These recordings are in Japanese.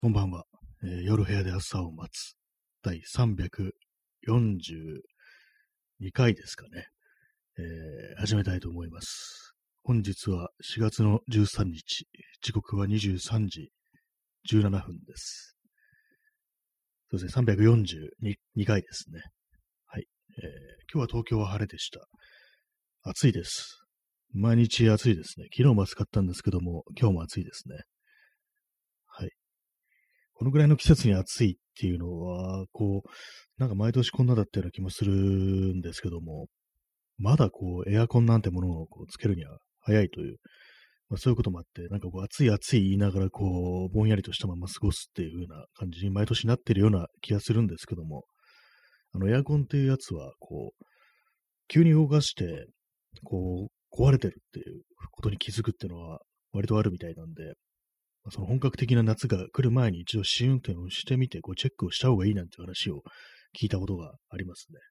こんばんは。夜部屋で朝を待つ。第342回ですかね。始めたいと思います。本日は4月の13日。時刻は23時17分です。そうですね、342回ですね。はい、今日は東京は晴れでした。暑いです。毎日暑いですね。昨日も暑かったんですけども、今日も暑いですね。はい。このぐらいの季節に暑いっていうのは、なんか毎年こんなだったような気もするんですけども、まだエアコンなんてものをつけるには早いという、そういうこともあって、なんか暑い暑い言いながらぼんやりとしたまま過ごすっていう風な感じに毎年なってるような気がするんですけども、エアコンっていうやつは、急に動かして、壊れてるっていうことに気づくっていうのは割とあるみたいなんで、その本格的な夏が来る前に一度試運転をしてみて、チェックをした方がいいなんていう話を聞いたことがありますね。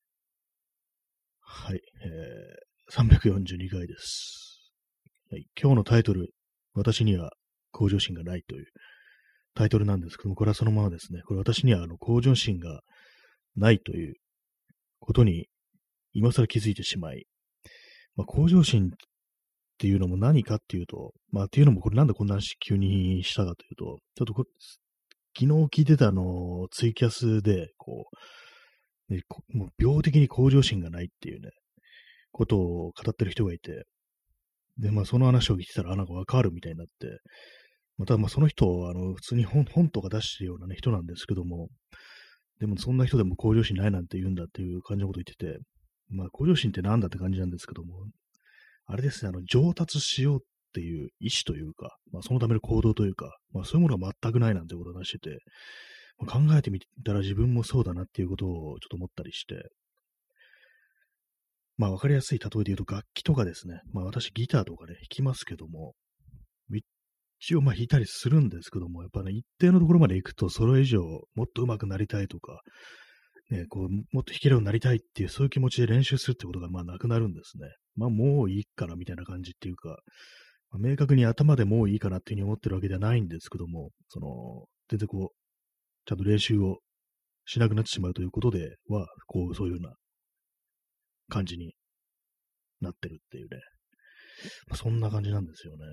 はい、342回です。はい、今日のタイトル、私には向上心がないというタイトルなんですけども、これはそのままですね。これ私には向上心がないということに今更気づいてしまい、向上心っていうのも何かっていうと、っていうのもこれなんでこんな話急にしたかというと、ちょっと昨日聞いてたツイキャスで、もう病的に向上心がないっていうね、ことを語ってる人がいて、で、その話を聞いてたら、なんかわかるみたいになって、その人は、普通に本とか出してるようなね、人なんですけども、でもそんな人でも向上心ないなんて言うんだっていう感じのこと言ってて、向上心ってなんだって感じなんですけども、あれですね、上達しようっていう意志というか、そのための行動というか、そういうものが全くないなんてことを話してて、考えてみたら自分もそうだなっていうことをちょっと思ったりして、わかりやすい例えで言うと楽器とかですね。私ギターとかね、弾きますけども、一応弾いたりするんですけども、やっぱね、一定のところまで行くと、それ以上もっと上手くなりたいとか、ね、もっと弾けるようになりたいっていう、そういう気持ちで練習するってことがなくなるんですね。もういいかなみたいな感じっていうか、明確に頭でもういいかなっていうふうに思ってるわけではないんですけども、全然ちゃんと練習をしなくなってしまうということでは、そういうような感じになってるっていうね。そんな感じなんですよね。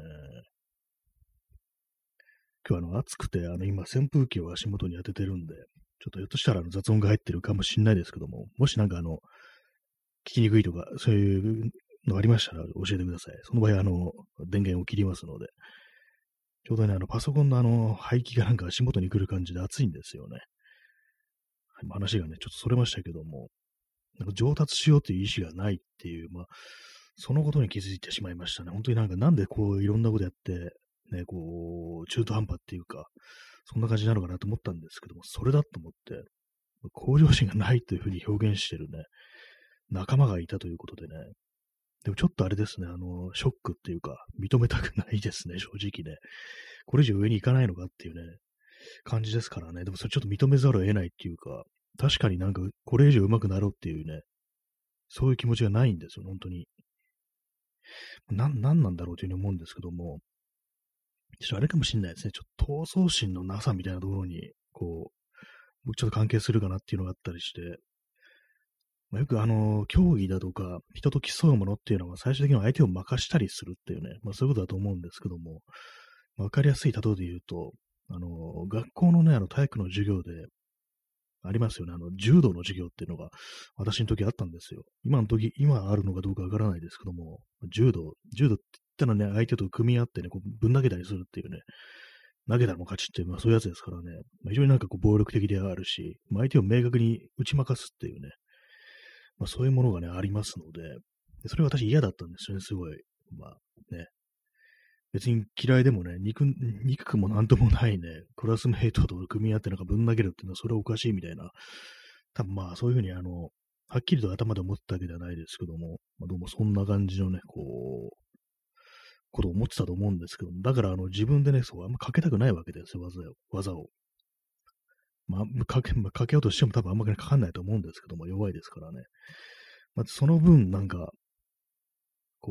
今日は暑くて、今扇風機を足元に当ててるんで、ちょっとひょっとしたら雑音が入ってるかもしれないですけども、もしなんか聞きにくいとか、そういうのありましたら教えてください。その場合、電源を切りますので、ちょうどね、パソコンの排気がなんか足元に来る感じで暑いんですよね。話がね、ちょっとそれましたけども、なんか上達しようという意志がないっていう、そのことに気づいてしまいましたね。本当になんでいろんなことやって、ね、中途半端っていうか、そんな感じなのかなと思ったんですけども、それだと思って、向上心がないというふうに表現してるね、仲間がいたということでね。でもちょっとあれですね、ショックっていうか、認めたくないですね、正直ね。これ以上上に行かないのかっていうね、感じですからね。でもそれちょっと認めざるを得ないっていうか、確かになんかこれ以上上手くなろうっていうね、そういう気持ちがないんですよ、本当に。なんなんだろうというふうに思うんですけども、あれかもしれないですね。ちょっと闘争心のなさみたいなところに、ちょっと関係するかなっていうのがあったりして、よく競技だとか、人と競うものっていうのは最終的には相手を任したりするっていうね、そういうことだと思うんですけども、わかりやすい例えで言うと、学校のね、体育の授業で、ありますよね。柔道の授業っていうのが、私の時あったんですよ。今あるのかどうかわからないですけども、柔道って言ったらね、相手と組み合ってね、ぶん投げたりするっていうね、投げたらも勝ちっていう、そういうやつですからね、非常になんか暴力的であるし、相手を明確に打ち負かすっていうね、そういうものがね、ありますので、それは私嫌だったんですよね、すごい。ね、別に嫌いでもね、憎くもなんともないね、クラスメイトと組み合ってなんかぶん投げるっていうのはそれはおかしいみたいな、多分そういうふうにはっきりと頭で思ってたわけではないですけども、どうもそんな感じのね、ことを思ってたと思うんですけども、だから自分でね、あんまかけたくないわけですよ、技を。かけようとしても多分あんまりかかんないと思うんですけども、弱いですからね。その分、なんか、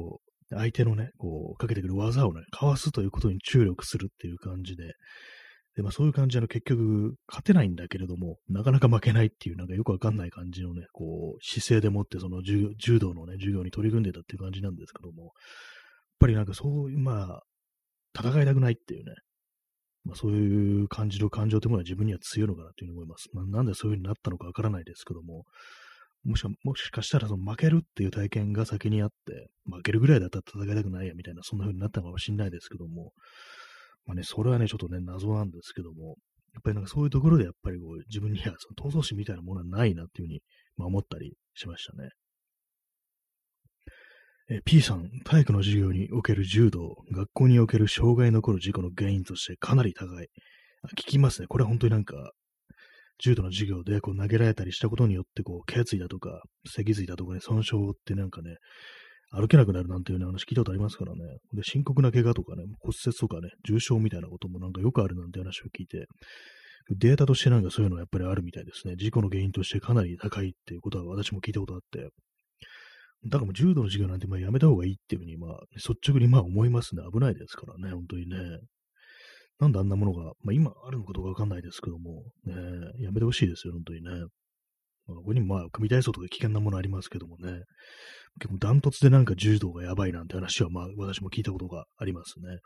相手のね、かけてくる技をね、かわすということに注力するっていう感じで、 で、そういう感じで結局、勝てないんだけれども、なかなか負けないっていう、なんかよくわかんない感じのね、こう、姿勢でもって、その柔道のね、授業に取り組んでたっていう感じなんですけども、やっぱりなんかそういう、戦いたくないっていうね、そういう感じの感情というものは自分には強いのかなというふうに思います。なんでそういう風になったのかわからないですけども、もしかしたらその負けるっていう体験が先にあって、負けるぐらいだったら戦いたくないやみたいな、そんな風になったのかもしれないですけども、それはね、ちょっとね、謎なんですけども、やっぱりなんかそういうところでやっぱりこう、自分にはその闘争心みたいなものはないなっていうふうに、思ったりしましたね。P さん、体育の授業における柔道、学校における障害の起こる事故の原因としてかなり高い。聞きますね。これは本当になんか、柔道の授業でこう投げられたりしたことによって、こう、頸椎だとか、脊髄だとかね、損傷ってなんかね、歩けなくなるなんていうね、話聞いたことありますからね。で、深刻な怪我とかね、骨折とかね、重傷みたいなこともなんかよくあるなんて話を聞いて、データとしてなんかそういうのはやっぱりあるみたいですね。事故の原因としてかなり高いっていうことは私も聞いたことあって、だからもう柔道の授業なんてやめた方がいいっていうふうに、率直に思いますね。危ないですからね、本当にね。なんであんなものが、今あるのかどうかわかんないですけども、ね、やめてほしいですよ、本当にね。ここにも組体操とか危険なものありますけどもね。結構ダントツでなんか柔道がやばいなんて話は私も聞いたことがありますね。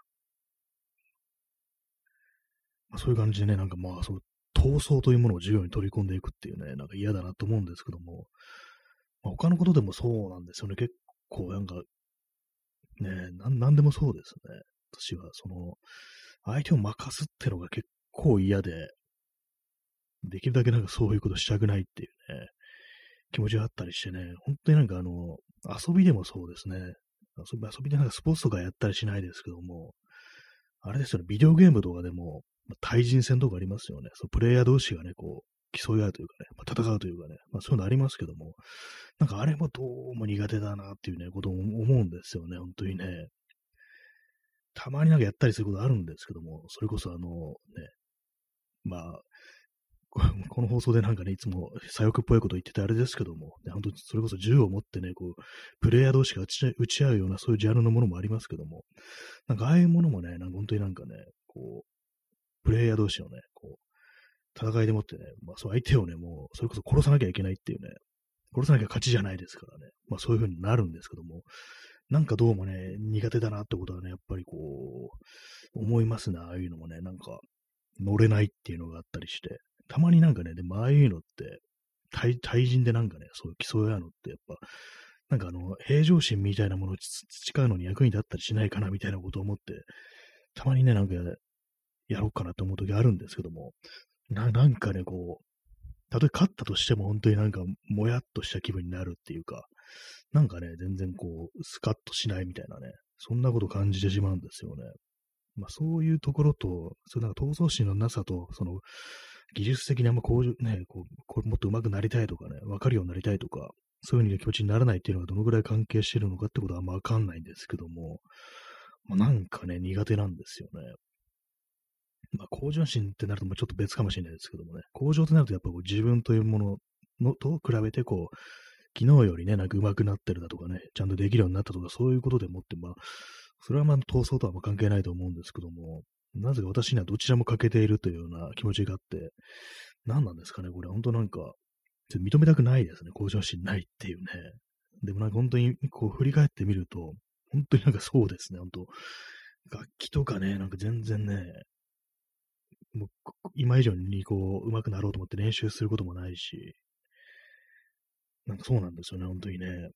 そういう感じでね、なんかそう、闘争というものを授業に取り込んでいくっていうね、なんか嫌だなと思うんですけども、他のことでもそうなんですよね。結構なんかね、なんでもそうですね。私は相手を任すってのが結構嫌で、できるだけなんかそういうことしたくないっていうね、気持ちがあったりしてね、本当になんか遊びでもそうですね。遊びでなんかスポーツとかやったりしないですけども、あれですよね、ビデオゲームとかでも、対人戦とかありますよね。プレイヤー同士がね、こう、競い合うというかね、戦うというかね、そういうのありますけども、なんかあれもどうも苦手だなっていうね、ことを思うんですよね、本当にね。たまになんかやったりすることあるんですけども、それこそまあ、この放送でなんかね、いつも左翼っぽいこと言っててあれですけども、本当にそれこそ銃を持ってね、こう、プレイヤー同士が撃ち合うようなそういうジャンルのものもありますけども、なんかああいうものもね、なんか本当になんかね、こう、プレイヤー同士のね、こう、戦いでもってね、そう相手をね、もう、それこそ殺さなきゃいけないっていうね、殺さなきゃ勝ちじゃないですからね、そういう風になるんですけども、なんかどうもね、苦手だなってことはね、やっぱりこう、思いますね、ああいうのもね、なんか、乗れないっていうのがあったりして、たまになんかね、でもああいうのって、対人でなんかね、そういう競い合うのって、やっぱ、なんか平常心みたいなものを培うのに役に立ったりしないかなみたいなことを思って、たまにね、なんかやろうかなと思う時あるんですけども、なんかね、こう、たとえ勝ったとしても本当になんか、もやっとした気分になるっていうか、なんかね、全然こう、スカッとしないみたいなね、そんなこと感じてしまうんですよね。そういうところと、なんか闘争心のなさと、技術的にあんま向上、ね、もっと上手くなりたいとかね、わかるようになりたいとか、そういう風に気持ちにならないっていうのがどのぐらい関係しているのかってことはあんまわかんないんですけども、なんかね、苦手なんですよね。向上心ってなるとちょっと別かもしれないですけどもね、向上となるとやっぱこう自分というものと比べてこう、昨日よりね、なんか上手くなってるだとかね、ちゃんとできるようになったとか、そういうことでもって、それは闘争とは関係ないと思うんですけども、なぜか私にはどちらも欠けているというような気持ちがあって、何なんですかね、これ、本当なんか、認めたくないですね、向上心ないっていうね。でもなんか本当にこう振り返ってみると、本当になんかそうですね、本当楽器とかね、なんか全然ね、もう今以上にこう上手くなろうと思って練習することもないし、なんかそうなんですよね、本当にね。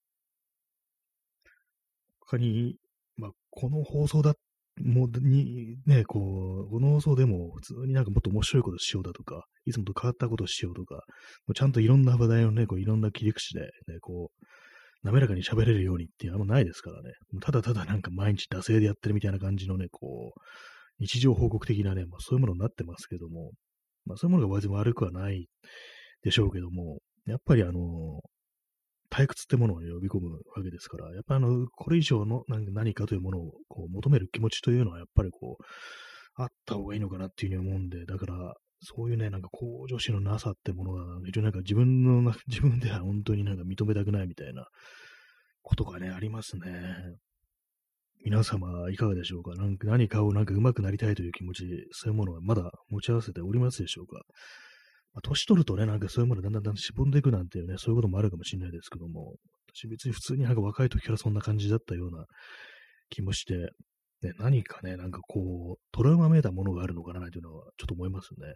他に、この放送だ、に、ね、こう、この放送でも普通になんかもっと面白いことしようだとか、いつもと変わったことをしようとか、もうちゃんといろんな話題をね、こういろんな切り口で、ね、こう、滑らかに喋れるようにっていうのはないですからね。ただただなんか毎日惰性でやってるみたいな感じのね、こう、日常報告的なね、そういうものになってますけども、そういうものが別に悪くはないでしょうけども、やっぱり退屈ってものを呼び込むわけですから、やっぱこれ以上の何かというものをこう求める気持ちというのはやっぱりこう、あった方がいいのかなっていうふうに思うんで、だから、そういうね、なんか向上心のなさってものが、非常になんか自分では本当になんか認めたくないみたいなことがね、ありますね。 皆様いかがでしょうか？何かを上手くなりたいという気持ち、そういうものはまだ持ち合わせておりますでしょうか？まあ、年取るとね、そういうものだんだんしぼんでいくなんていうね、そういうこともあるかもしれないですけども、私別に普通に若い時からそんな感じだったような気もして、ね、何かね、トラウマめいたものがあるのかなというのはちょっと思いますね。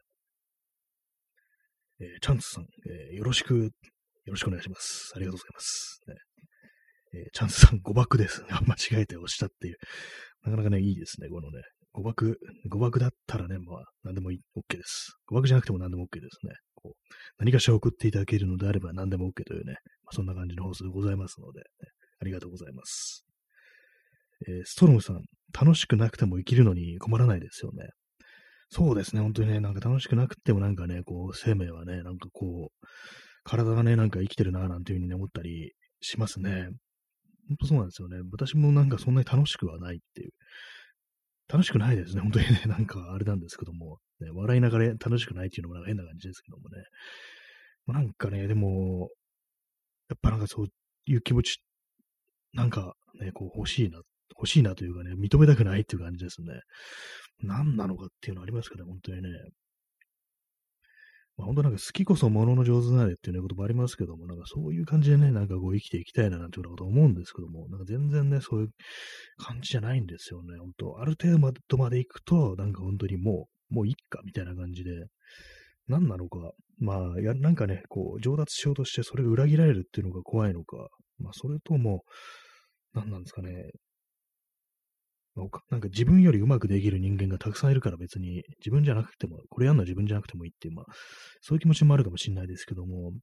チャンツさん、よろしくお願いします。ありがとうございます。ねチャンツさん、誤爆ですね。間違えて押したっていう。なかなかね、いいですね、このね。誤爆だったらね、まあ、何でもOK です。誤爆じゃなくても何でも OK ですね。何かしら送っていただけるのであれば何でも OK というね、そんな感じの放送でございますので、ありがとうございます。ストロムさん、楽しくなくても生きるのに困らないですよね。そうですね、本当にね、楽しくなくても生命はね、体がね、生きてるな、なんていうふうにね思ったりしますね。本当そうなんですよね。私もそんなに楽しくはないっていう。楽しくないですね。本当にね、あれなんですけども、ね、笑いながら楽しくないっていうのも変な感じですけどもね。でも、やっぱそういう気持ち、欲しいなというかね、認めたくないっていう感じですね。何なのかっていうのありますかね、本当にね。本当好きこそものの上手なれっていうね、こともありますけども、そういう感じでね、生きていきたいななんていうようなこと思うんですけども、全然ね、そういう感じじゃないんですよね、本当ある程度まで行くと、本当にもういいか、みたいな感じで、何なのか、まあ、上達しようとしてそれが裏切られるっていうのが怖いのか、まあ、それとも、何なんですかね、自分よりうまくできる人間がたくさんいるから別に自分じゃなくても、これやるのは自分じゃなくてもいいっていう、まあ、そういう気持ちもあるかもしれないですけども、やっ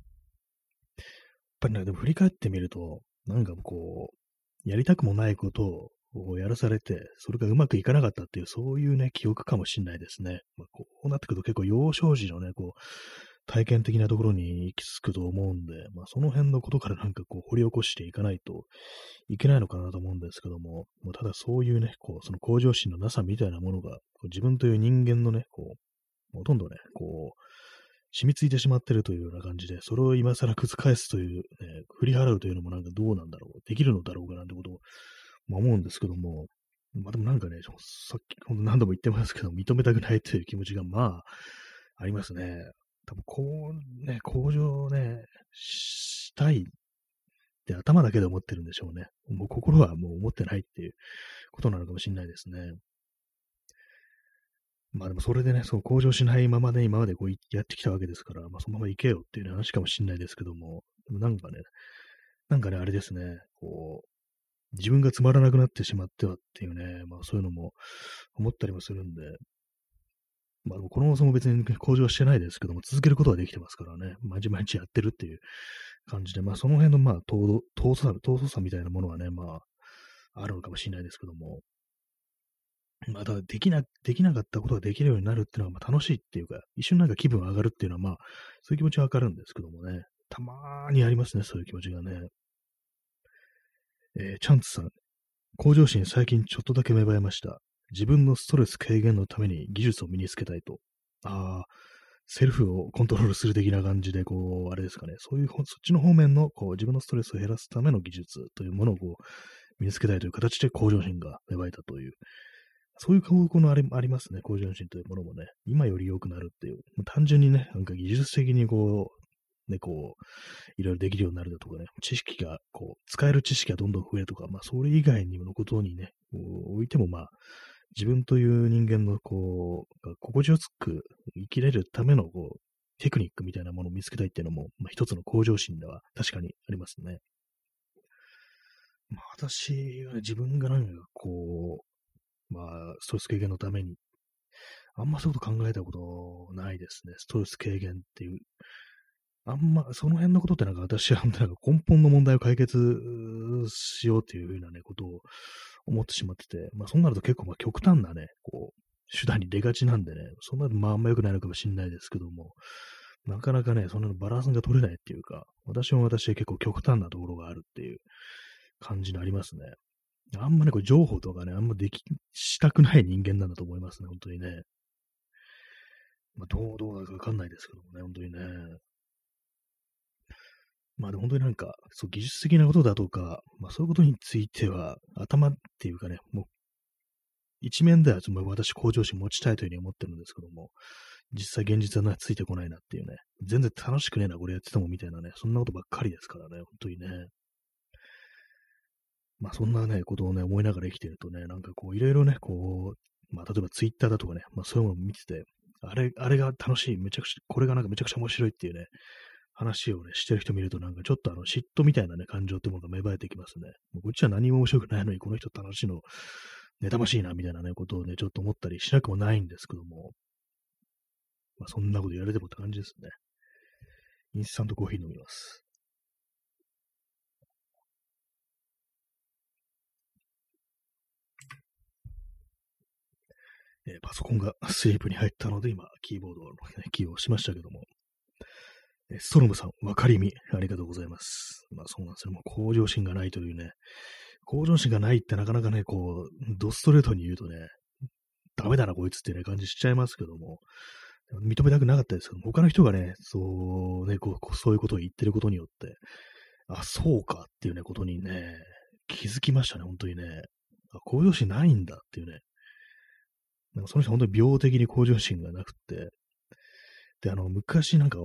ぱりでも振り返ってみると、やりたくもないことをやらされて、それがうまくいかなかったっていう、そういうね、記憶かもしれないですね。まあ、こうなってくると結構幼少時のね、体験的なところに行き着くと思うんで、まあ、その辺のことから掘り起こしていかないといけないのかなと思うんですけども、ただそういうね、その向上心のなさみたいなものが、自分という人間のね、ほとんどね、染みついてしまってるというような感じで、それを今更覆すという、ね、振り払うというのもどうなんだろう、できるのだろうかなんてことを、まあ、思うんですけども、まあでもさっき、ほんと何度も言ってますけど、認めたくないという気持ちが、まあ、ありますね。多分、向上ね、したいって頭だけで思ってるんでしょうね。もう心はもう思ってないっていうことなのかもしれないですね。まあでもそれでね、そう向上しないままね、今までやってきたわけですから、まあそのまま行けよっていう話かもしれないですけども、でもあれですね、自分がつまらなくなってしまってはっていうね、まあそういうのも思ったりもするんで、まあでもこの放送も別に向上はしてないですけども、続けることはできてますからね、毎日やってるっていう感じで、まあその辺のまあ尊さみたいなものはね、まああるのかもしれないですけども、まあ、ただできなかったことができるようになるっていうのは、まあ、楽しいっていうか、一瞬気分上がるっていうのは、まあ、そういう気持ちはわかるんですけどもね。たまーにありますね、そういう気持ちがね。チャンツさん、向上心最近ちょっとだけ芽生えました。自分のストレス軽減のために技術を身につけたいと。ああ、セルフをコントロールする的な感じで、あれですかね、そっちの方面の、自分のストレスを減らすための技術というものを身につけたいという形で向上心が芽生えたというそういう方向のありますね、向上心というものもね、今より良くなるっていう、単純にね、技術的にいろいろできるようになるだとかね、知識が、使える知識がどんどん増えるとか、まあ、それ以外にものことにね、置いても、まあ、自分という人間の、が心地よく生きれるための、テクニックみたいなものを見つけたいっていうのも、まあ、一つの向上心では確かにありますね。まあ、私は自分がまあ、ストレス軽減のためにあんまそういうこと考えたことないですね。ストレス軽減っていう。あんま、その辺のことって私は根本の問題を解決しようっていうふうなね、ことを思ってしまってて、まあそうなると結構極端なね、手段に出がちなんでね、そんなのまああんま良くないのかもしれないですけども、なかなかね、そのバランスが取れないっていうか、私も私で結構極端なところがあるっていう感じになりますね。あんまね、情報とかね、あんましたくない人間なんだと思いますね、本当にね。まあ、どうだかわかんないですけどもね、本当にね。 まあでも本当になんか、そう、技術的なことだとか、まあそういうことについては、頭っていうかね、もう一面では、私向上心持ちたいというふうに思ってるんですけども、実際現実はついてこないなっていうね、全然楽しくねえな、これやっててもみたいなね、そんなことばっかりですからね、本当にね。まあそんなね、ことをね、思いながら生きてるとね、なんかこう、いろいろね、こう、まあ例えばツイッターだとかね、まあそういうのを見てて、あれが楽しい、めちゃくちゃ、これがなんかめちゃくちゃ面白いっていうね、話をね、してる人見るとなんかちょっと嫉妬みたいなね、感情ってものが芽生えてきますね。もうこっちは何も面白くないのに、この人楽しいの、妬ましいな、みたいなね、ことをね、ちょっと思ったりしなくもないんですけども、まあそんなこと言われてもって感じですね。インスタントコーヒー飲みます。パソコンがスリープに入ったので、今、キーボードの、ね、キーを押しましたけども、ストロムさん、わかりみ、ありがとうございます。まあそうなんですよ。もう向上心がないというね、向上心がないってなかなかね、こう、ドストレートに言うとね、ダメだな、こいつってね、感じしちゃいますけども、認めたくなかったですけども、他の人がね、そうね、そういうことを言ってることによって、あ、そうかっていうね、ことにね、気づきましたね、本当にね。あ、向上心ないんだっていうね。なんかその人本当に病的に向上心がなくって、で、昔なんか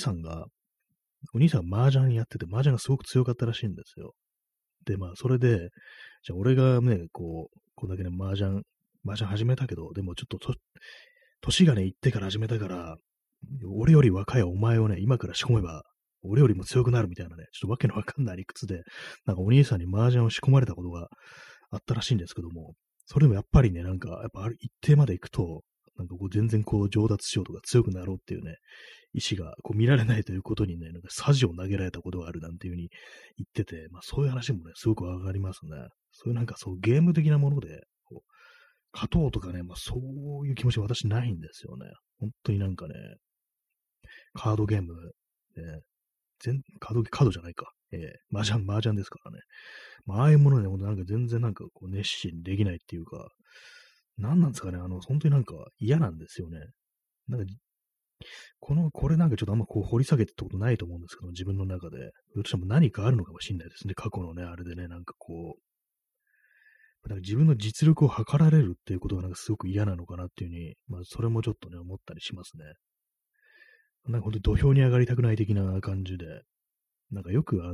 お兄さんが麻雀やってて、麻雀がすごく強かったらしいんですよ。で、まあ、それで、じゃあ俺がね、こんだけね、麻雀始めたけど、でもちょっと年がね、いってから始めたから、俺より若いお前をね、今から仕込めば、俺よりも強くなるみたいなね、ちょっとわけのわかんない理屈で、なんかお兄さんに麻雀を仕込まれたことがあったらしいんですけども、それでもやっぱりね、なんか、やっぱある一定まで行くと、なんかこう全然こう上達しようとか強くなろうっていうね、意思がこう見られないということにね、なんか匙を投げられたことがあるなんていうふうに言ってて、まあそういう話もね、すごくわかりますね。そういうなんかそうゲーム的なもので、こう勝とうとかね、まあそういう気持ちは私ないんですよね。本当になんかね、カードゲーム、ね、カードじゃないか。麻雀ですからね。まあ、ああいうものね、ほんとなんか全然なんかこう熱心できないっていうか、なんなんですかね、本当になんか嫌なんですよね。なんかこれなんかちょっとあんまこう掘り下げてったことないと思うんですけど、自分の中で。どうしても何かあるのかもしれないですね。過去のね、あれでね、なんかこう、なんか自分の実力を測られるっていうことがなんかすごく嫌なのかなっていうふうに、まあそれもちょっとね、思ったりしますね。なんか本当に土俵に上がりたくない的な感じで、なんかよく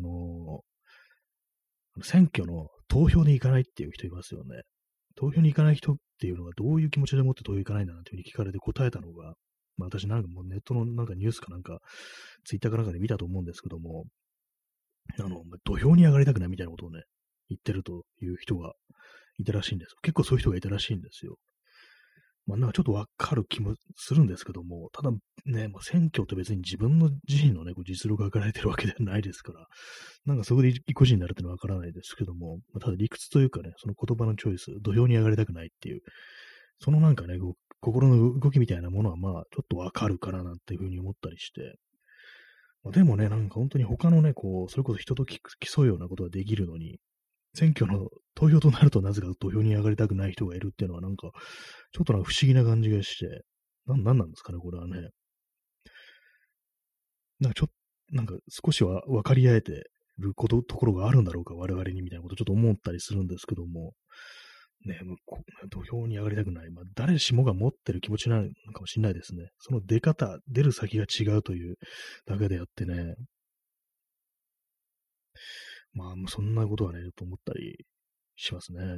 選挙の投票に行かないっていう人いますよね。投票に行かない人っていうのがどういう気持ちでもって投票に行かないんだなっていうふうに聞かれて答えたのが、まあ私なんかもうネットのなんかニュースかなんか、ツイッターかなんかで見たと思うんですけども、土俵に上がりたくないみたいなことをね、言ってるという人がいたらしいんです。結構そういう人がいたらしいんですよ。まあなんかちょっとわかる気もするんですけども、ただね、まあ、選挙って別に自分の自身のね、こう実力が上がられてるわけではないですから、なんかそこで意固地になるっていうのはわからないですけども、まあ、ただ理屈というかね、その言葉のチョイス、土俵に上がりたくないっていう、そのなんかね、こう心の動きみたいなものはまあちょっとわかるかななんていうふうに思ったりして、まあ、でもね、なんか本当に他のね、こう、それこそ人と競うようなことができるのに、選挙の投票となるとなぜか土俵に上がりたくない人がいるっていうのはなんか、ちょっとなんか不思議な感じがして、なんなんですかね、これはね。なんかなんか少しは分かり合えてるところがあるんだろうか、我々にみたいなことちょっと思ったりするんですけども、ね、もう土俵に上がりたくない。まあ、誰しもが持ってる気持ちなのかもしれないですね。その出る先が違うというだけであってね、まあ、そんなことはね、と思ったりしますね。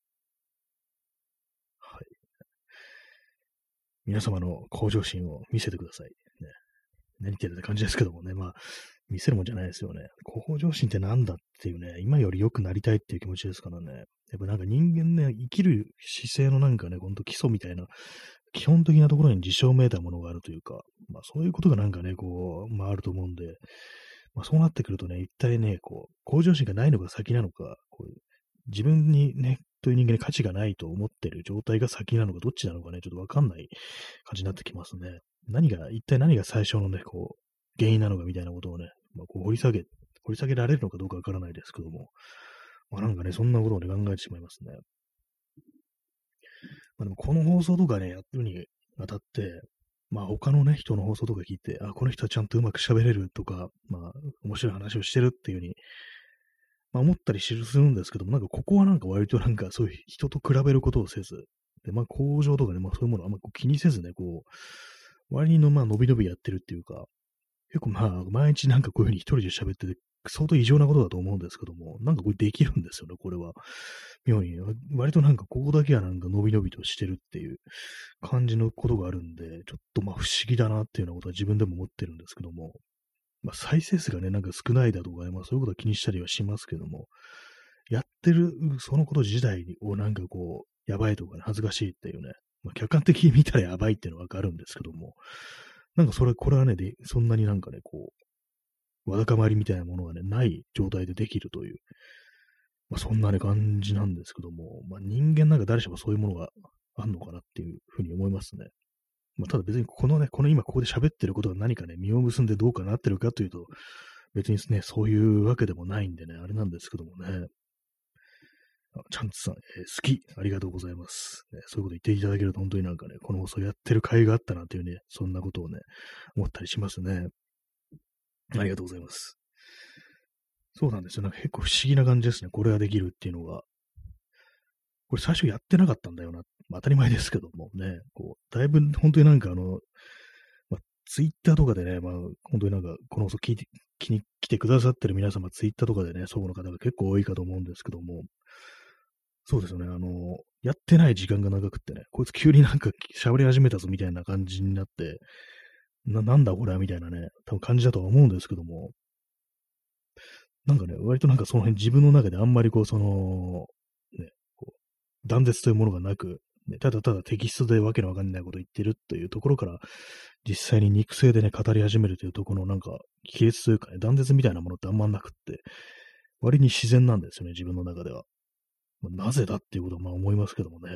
はい。皆様の向上心を見せてください。ね。何言ってるって感じですけどもね。まあ、見せるもんじゃないですよね。向上心ってなんだっていうね、今より良くなりたいっていう気持ちですからね。やっぱなんか人間ね、生きる姿勢のなんかね、ほんと基礎みたいな、基本的なところに自証めいたものがあるというか、まあそういうことがなんかね、こう、まああると思うんで、まあそうなってくるとね、一体ね、こう、向上心がないのが先なのか、こう自分にね、という人間に価値がないと思ってる状態が先なのか、どっちなのかね、ちょっとわかんない感じになってきますね。一体何が最初のね、こう、原因なのかみたいなことをね、まあ、こう掘り下げられるのかどうかわからないですけども、まあなんかね、そんなことをね、考えてしまいますね。まあでもこの放送とかね、やるにあたって、 まあ他のね、人の放送とか聞いて、あ、この人はちゃんとうまく喋れるとか、まあ面白い話をしてるっていう風に、まあ思ったりするんですけども、なんかここはなんか割となんかそういう人と比べることをせず、で、まあ工場とかね、まあそういうものをあんまこう気にせずね、こう、割にまあ伸び伸びやってるっていうか、結構まあ毎日なんかこういう風に一人で喋ってて、相当異常なことだと思うんですけども、なんかこれできるんですよね、これは。妙に。割となんかここだけはなんか伸び伸びとしてるっていう感じのことがあるんで、ちょっとまあ不思議だなっていうようなことは自分でも思ってるんですけども、まあ再生数がね、なんか少ないだとかね、まあそういうことは気にしたりはしますけども、やってるそのこと自体をなんかこう、やばいとかね、恥ずかしいっていうね、まあ客観的に見たらやばいっていうのはわかるんですけども、なんかこれはね、そんなになんかね、こう、わだかまりみたいなものがね、ない状態でできるという、まあそんなね、感じなんですけども、まあ人間なんか誰しもそういうものがあんのかなっていうふうに思いますね。まあ、ただ別にこのね、この今ここで喋ってることが何かね、実を結んでどうかなってるかというと、別にね、そういうわけでもないんでね、あれなんですけどもね。チャンツさん、好き、ありがとうございます、ね。そういうこと言っていただけると本当になんかね、この放送やってる甲斐があったなというね、そんなことをね、思ったりしますね。ありがとうございます。そうなんですよ。なんか結構不思議な感じですね。これができるっていうのが。これ最初やってなかったんだよな。まあ、当たり前ですけどもね、こう、だいぶ本当になんかまあ、ツイッターとかでね、まあ、本当になんか、この放送気に来てくださってる皆様、ツイッターとかでね、そうの方が結構多いかと思うんですけども、そうですよね、やってない時間が長くってね、こいつ急になんか喋り始めたぞみたいな感じになって、なんだこれはみたいなね、多分感じだとは思うんですけども、なんかね、割となんかその辺自分の中であんまりこう、ね、こう断絶というものがなく、ね、ただただテキストでわけのわかんないことを言ってるというところから、実際に肉声でね、語り始めるというところのなんか、亀裂というかね、断絶みたいなものってあんまなくって、割に自然なんですよね、自分の中では。まあ、なぜだっていうことはまあ思いますけどもね。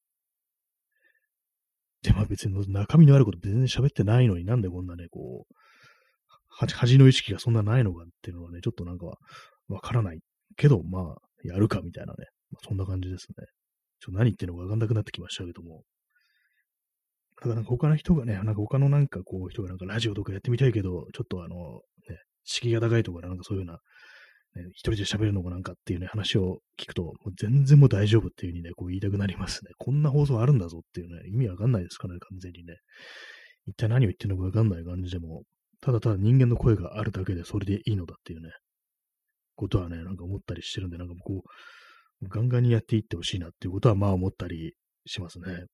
で、まあ別に中身のあること全然喋ってないのになんでこんなね、こう、恥の意識がそんなないのかっていうのはね、ちょっとなんかわからないけど、まあ、やるかみたいなね。まあ、そんな感じですね。何言ってるのかわかんなくなってきましたけども。だからなんか他の人がね、なんか他のなんかこう人がなんかラジオとかやってみたいけど、ちょっとね、敷居が高いとかなんかそういうような、ね、一人で喋るのがなんかっていうね、話を聞くと、もう全然もう大丈夫っていう風にね、こう言いたくなりますね。こんな放送あるんだぞっていうね、意味わかんないですからね、完全にね。一体何を言ってるのかわかんない感じでも、ただただ人間の声があるだけでそれでいいのだっていうね、ことはね、なんか思ったりしてるんで、なんかこう、ガンガンにやっていってほしいなっていうことはまあ思ったりしますね。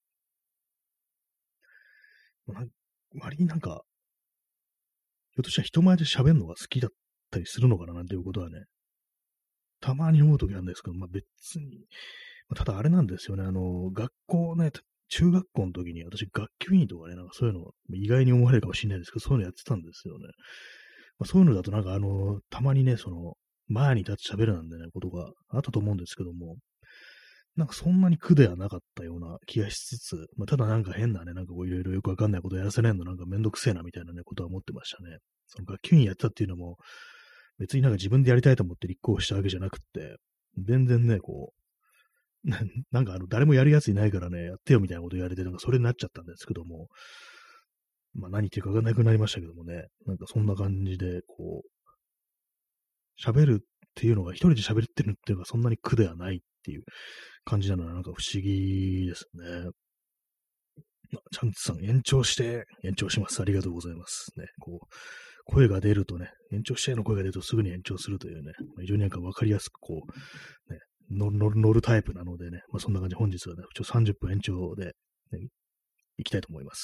割になんか、ひょっとしたら人前で喋るのが好きだったりするのかななんていうことはね、たまに思うときなんですけど、まあ別に、ただあれなんですよね、学校ね、中学校の時に私学級委員とかね、なんかそういうの意外に思われるかもしれないですけど、そういうのやってたんですよね。まあ、そういうのだとなんかたまにね、前に立って喋るなんてね、ことがあったと思うんですけども、なんかそんなに苦ではなかったような気がしつつ、まあ、ただなんか変なね、なんかこういろいろよくわかんないことやらせないのなんかめんどくせえなみたいなね、ことは思ってましたね。その学級委員やってたっていうのも、別になんか自分でやりたいと思って立候補したわけじゃなくって、全然ね、こう、なんか誰もやるやついないからね、やってよみたいなこと言われて、なんかそれになっちゃったんですけども、まあ何言ってるかわかんなくなりましたけどもね、なんかそんな感じで、こう、喋るっていうのが、一人で喋ってるっていうのがそんなに苦ではないっていう感じなのはなんか不思議ですね。チャンツさん、延長します。ありがとうございます。ね、こう、声が出るとね、延長しての声が出るとすぐに延長するというね、非常になんかわかりやすくこう、ね、乗るタイプなのでね、まあそんな感じで本日はね、30分延長で、ね、いきたいと思います。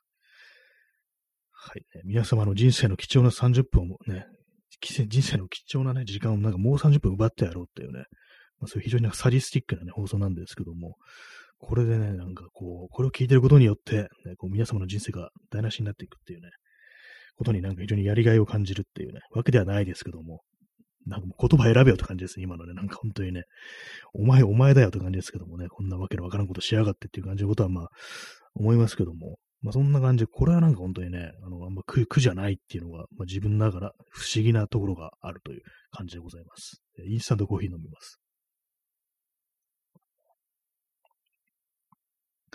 はい、ね。皆様の人生の貴重な30分をね、人生の貴重なね、時間をなんかもう30分奪ってやろうっていうね、まあ、そういう非常になんかサディスティックなね、放送なんですけども、これでね、なんかこう、これを聞いてることによって、ね、こう皆様の人生が台無しになっていくっていうね、ことになんか非常にやりがいを感じるっていうね、わけではないですけども、なんかもう言葉選べよって感じですね、今のね、なんか本当にね、お前だよって感じですけどもね、こんなわけのわからんことしやがってっていう感じのことはまあ、思いますけども、まあそんな感じで、これはなんか本当にね、あんま苦じゃないっていうのが、まあ自分ながら不思議なところがあるという感じでございます。インスタントコーヒー飲みます。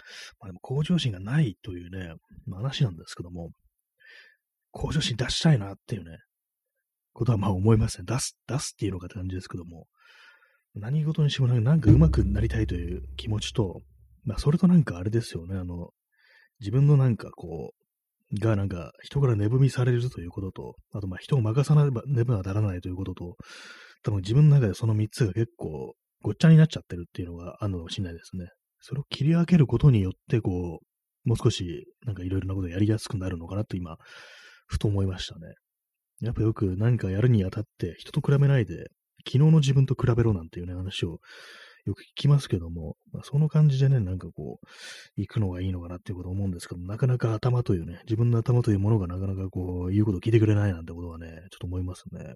まあでも向上心がないというね、話なんですけども、向上心出したいなっていうね、ことはまあ思いますね。出すっていうのかって感じですけども、何事にしてもなんか上手くなりたいという気持ちと、まあそれとなんかあれですよね、自分のなんかこう、がなんか人から値踏みされるということと、あとまあ人を任さなばねばならないということと、多分自分の中でその3つが結構ごっちゃになっちゃってるっていうのがあるのかもしれないですね。それを切り分けることによって、こう、もう少しなんかいろいろなことをやりやすくなるのかなと今、ふと思いましたね。やっぱよく何かやるにあたって人と比べないで、昨日の自分と比べろなんていうね、話をよく聞きますけども、まあ、その感じでね、なんかこう、行くのがいいのかなっていうことを思うんですけども、なかなか頭というね、自分の頭というものがなかなかこう、言うことを聞いてくれないなんてことはね、ちょっと思いますね。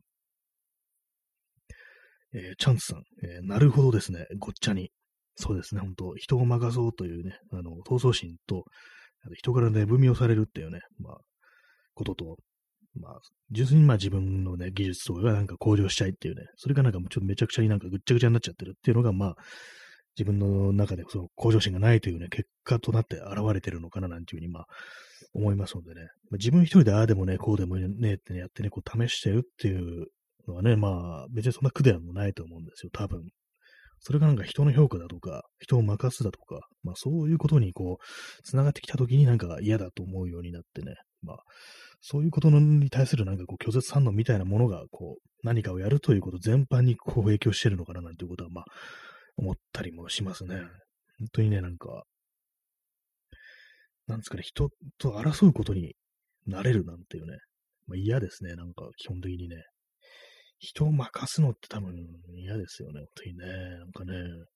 チャンスさん、なるほどですね、ごっちゃに。そうですね、本当人を任そうというね、闘争心と、あと人からね、踏みをされるっていうね、まあ、ことと、まあ、純粋にまあ自分のね、技術とかがなんか向上したいっていうね、それがなんかちょっとめちゃくちゃになんかぐっちゃぐちゃになっちゃってるっていうのが、まあ、自分の中でその向上心がないというね、結果となって現れてるのかななんていうふうに、まあ、思いますのでね、まあ、自分一人でああでもね、こうでもねってね、やってね、こう試してるっていうのはね、まあ、別にそんな苦ではもないと思うんですよ、多分。それがなんか人の評価だとか、人を任すだとか、まあそういうことにこう、繋がってきたときになんか嫌だと思うようになってね、まあ、そういうことに対するなんかこう拒絶反応みたいなものが、こう、何かをやるということ全般にこう影響してるのかななんていうことは、まあ、思ったりもしますね。本当にね、なんか、なんですかね、人と争うことになれるなんていうね、まあ嫌ですね、なんか基本的にね。人を任すのって多分嫌ですよね、本当にね。なんかね、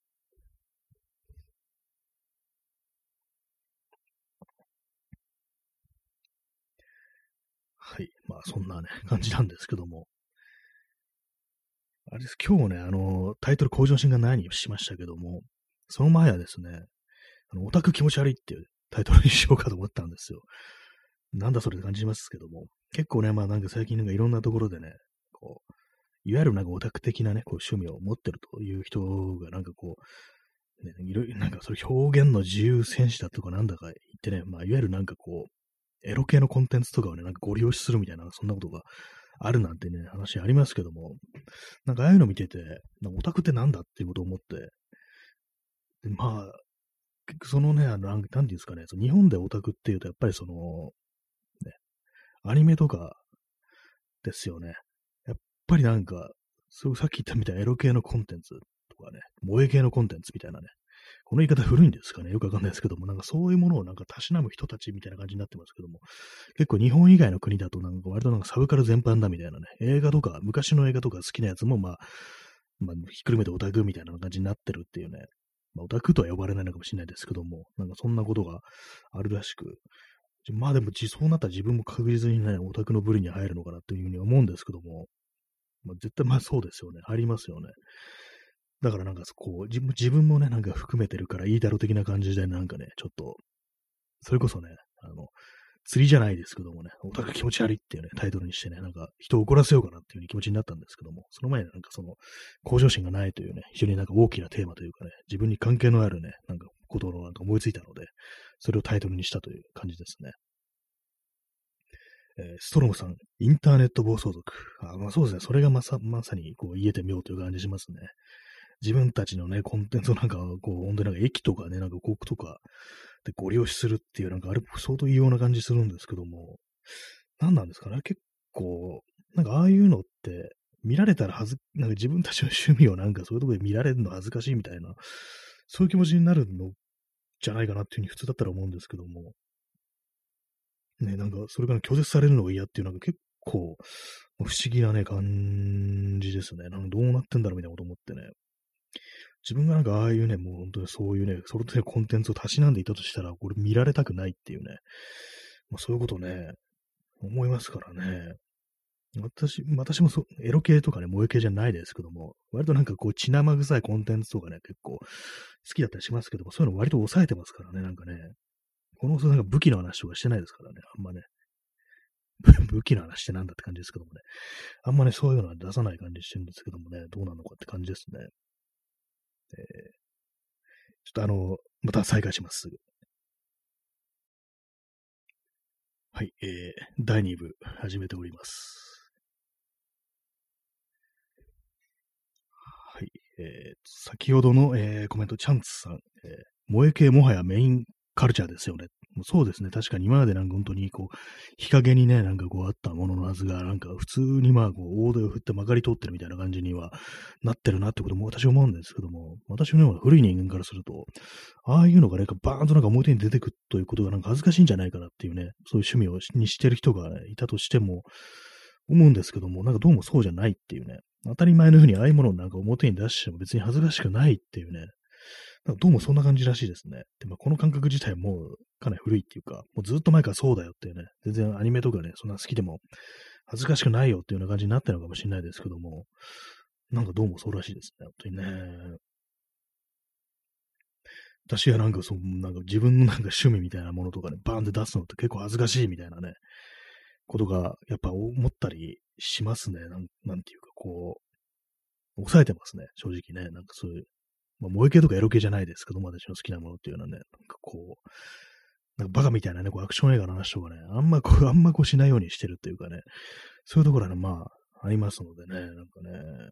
はい。まあそんなね、感じなんですけども。あれです、今日ね、タイトル向上心が何をしましたけども、その前はですね、オタク気持ち悪いっていうタイトルにしようかと思ったんですよ。なんだそれって感じますけども、結構ね、まあなんか最近なんかいろんなところでね、こう、いわゆるなんかオタク的なね、こう趣味を持ってるという人がなんかこう、ね、いろいろなんかそれ表現の自由戦士だとかなんだか言ってね、まあいわゆるなんかこう、エロ系のコンテンツとかをね、なんかご利用しするみたいな、そんなことがあるなんてね、話ありますけども、なんかああいうの見てて、なんかオタクってなんだっていうことを思って、でまあ、そのね、なんていうんですかね、その日本でオタクっていうと、やっぱりその、ね、アニメとかですよね。やっぱりなんか、そうさっき言ったみたいなエロ系のコンテンツとかね、萌え系のコンテンツみたいなね、この言い方古いんですかね、よくわかんないですけども、なんかそういうものをなんかたしなむ人たちみたいな感じになってますけども、結構日本以外の国だとなんか割となんかサブカル全般だみたいなね、映画とか、昔の映画とか好きなやつもまあ、ひっくるめてオタクみたいな感じになってるっていうね、まあ、オタクとは呼ばれないのかもしれないですけども、なんかそんなことがあるらしく、まあでもそうなったら自分も確実にね、オタクの部類に入るのかなというふうに思うんですけども、まあ、絶対まあそうですよね。入りますよね。だからなんかこう、自分もね、なんか含めてるからいいだろう的な感じで、なんかね、ちょっと、それこそね、あの、釣りじゃないですけどもね、オタク気持ち悪いっていうね、タイトルにしてね、なんか人を怒らせようかなっていう気持ちになったんですけども、その前になんかその、向上心がないというね、非常になんか大きなテーマというかね、自分に関係のあるね、なんかことをなんか思いついたので、それをタイトルにしたという感じですね。ストロムさん、インターネット暴走族。まあそうですね。それがまさにこう言えてみようという感じしますね。自分たちのね、コンテンツをなんか、こう、本当になんか駅とかね、なんか広告とかでご利用しするっていう、なんかあれ、相当異様な感じするんですけども、何なんですかね。結構、なんかああいうのって、見られたらなんか自分たちの趣味をなんかそういうところで見られるの恥ずかしいみたいな、そういう気持ちになるのじゃないかなっていうふうに普通だったら思うんですけども、ね、なんかそれから拒絶されるのが嫌っていう、なんか結構不思議なね、感じですね。なんかどうなってんだろうみたいなこと思ってね。自分がなんかああいうね、もう本当にそういうね、それでコンテンツをたしなんでいたとしたら、これ見られたくないっていうね、まあ、そういうことね、思いますからね。私もエロ系とかね、萌え系じゃないですけども、割となんかこう、血生臭いコンテンツとかね、結構好きだったりしますけども、そういうの割と抑えてますからね、なんかね。このなんか武器の話とかしてないですからね、あんまね。武器の話ってなんだって感じですけどもね。あんまね、そういうのは出さない感じしてるんですけどもね、どうなのかって感じですね。ちょっとまた再開します。 はい、第2部始めております。はい、先ほどの、コメント、チャンツさん、萌え系もはやメインカルチャーですよね。もうそうですね。確かに今までなんか本当にこう、日陰にね、なんかこうあったもののはずが、なんか普通にまあこう、大手を振ってまかり通ってるみたいな感じにはなってるなってことも私は思うんですけども、私のような古い人間からすると、ああいうのがね、バーンとなんか表に出てくるということがなんか恥ずかしいんじゃないかなっていうね、そういう趣味をにしてる人がいたとしても、思うんですけども、なんかどうもそうじゃないっていうね、当たり前のようにああいうものをなんか表に出しても別に恥ずかしくないっていうね、なんかどうもそんな感じらしいですね。で、まあ、この感覚自体もかなり古いっていうか、もうずっと前からそうだよっていうね、全然アニメとかね、そんな好きでも恥ずかしくないよっていうような感じになってるのかもしれないですけども、なんかどうもそうらしいですね、本当にね。私はなんかそう、なんか自分のなんか趣味みたいなものとかね、バーンって出すのって結構恥ずかしいみたいなね、ことがやっぱ思ったりしますね。なんていうかこう、抑えてますね、正直ね。なんかそういう、まあ、萌え系とかエロ系じゃないですけども、私の好きなものっていうのはね、なんかこう、なんかバカみたいなね、こうアクション映画の話とかね、あんまこうしないようにしてるっていうかね、そういうところはね、まあ、ありますのでね、なんかね、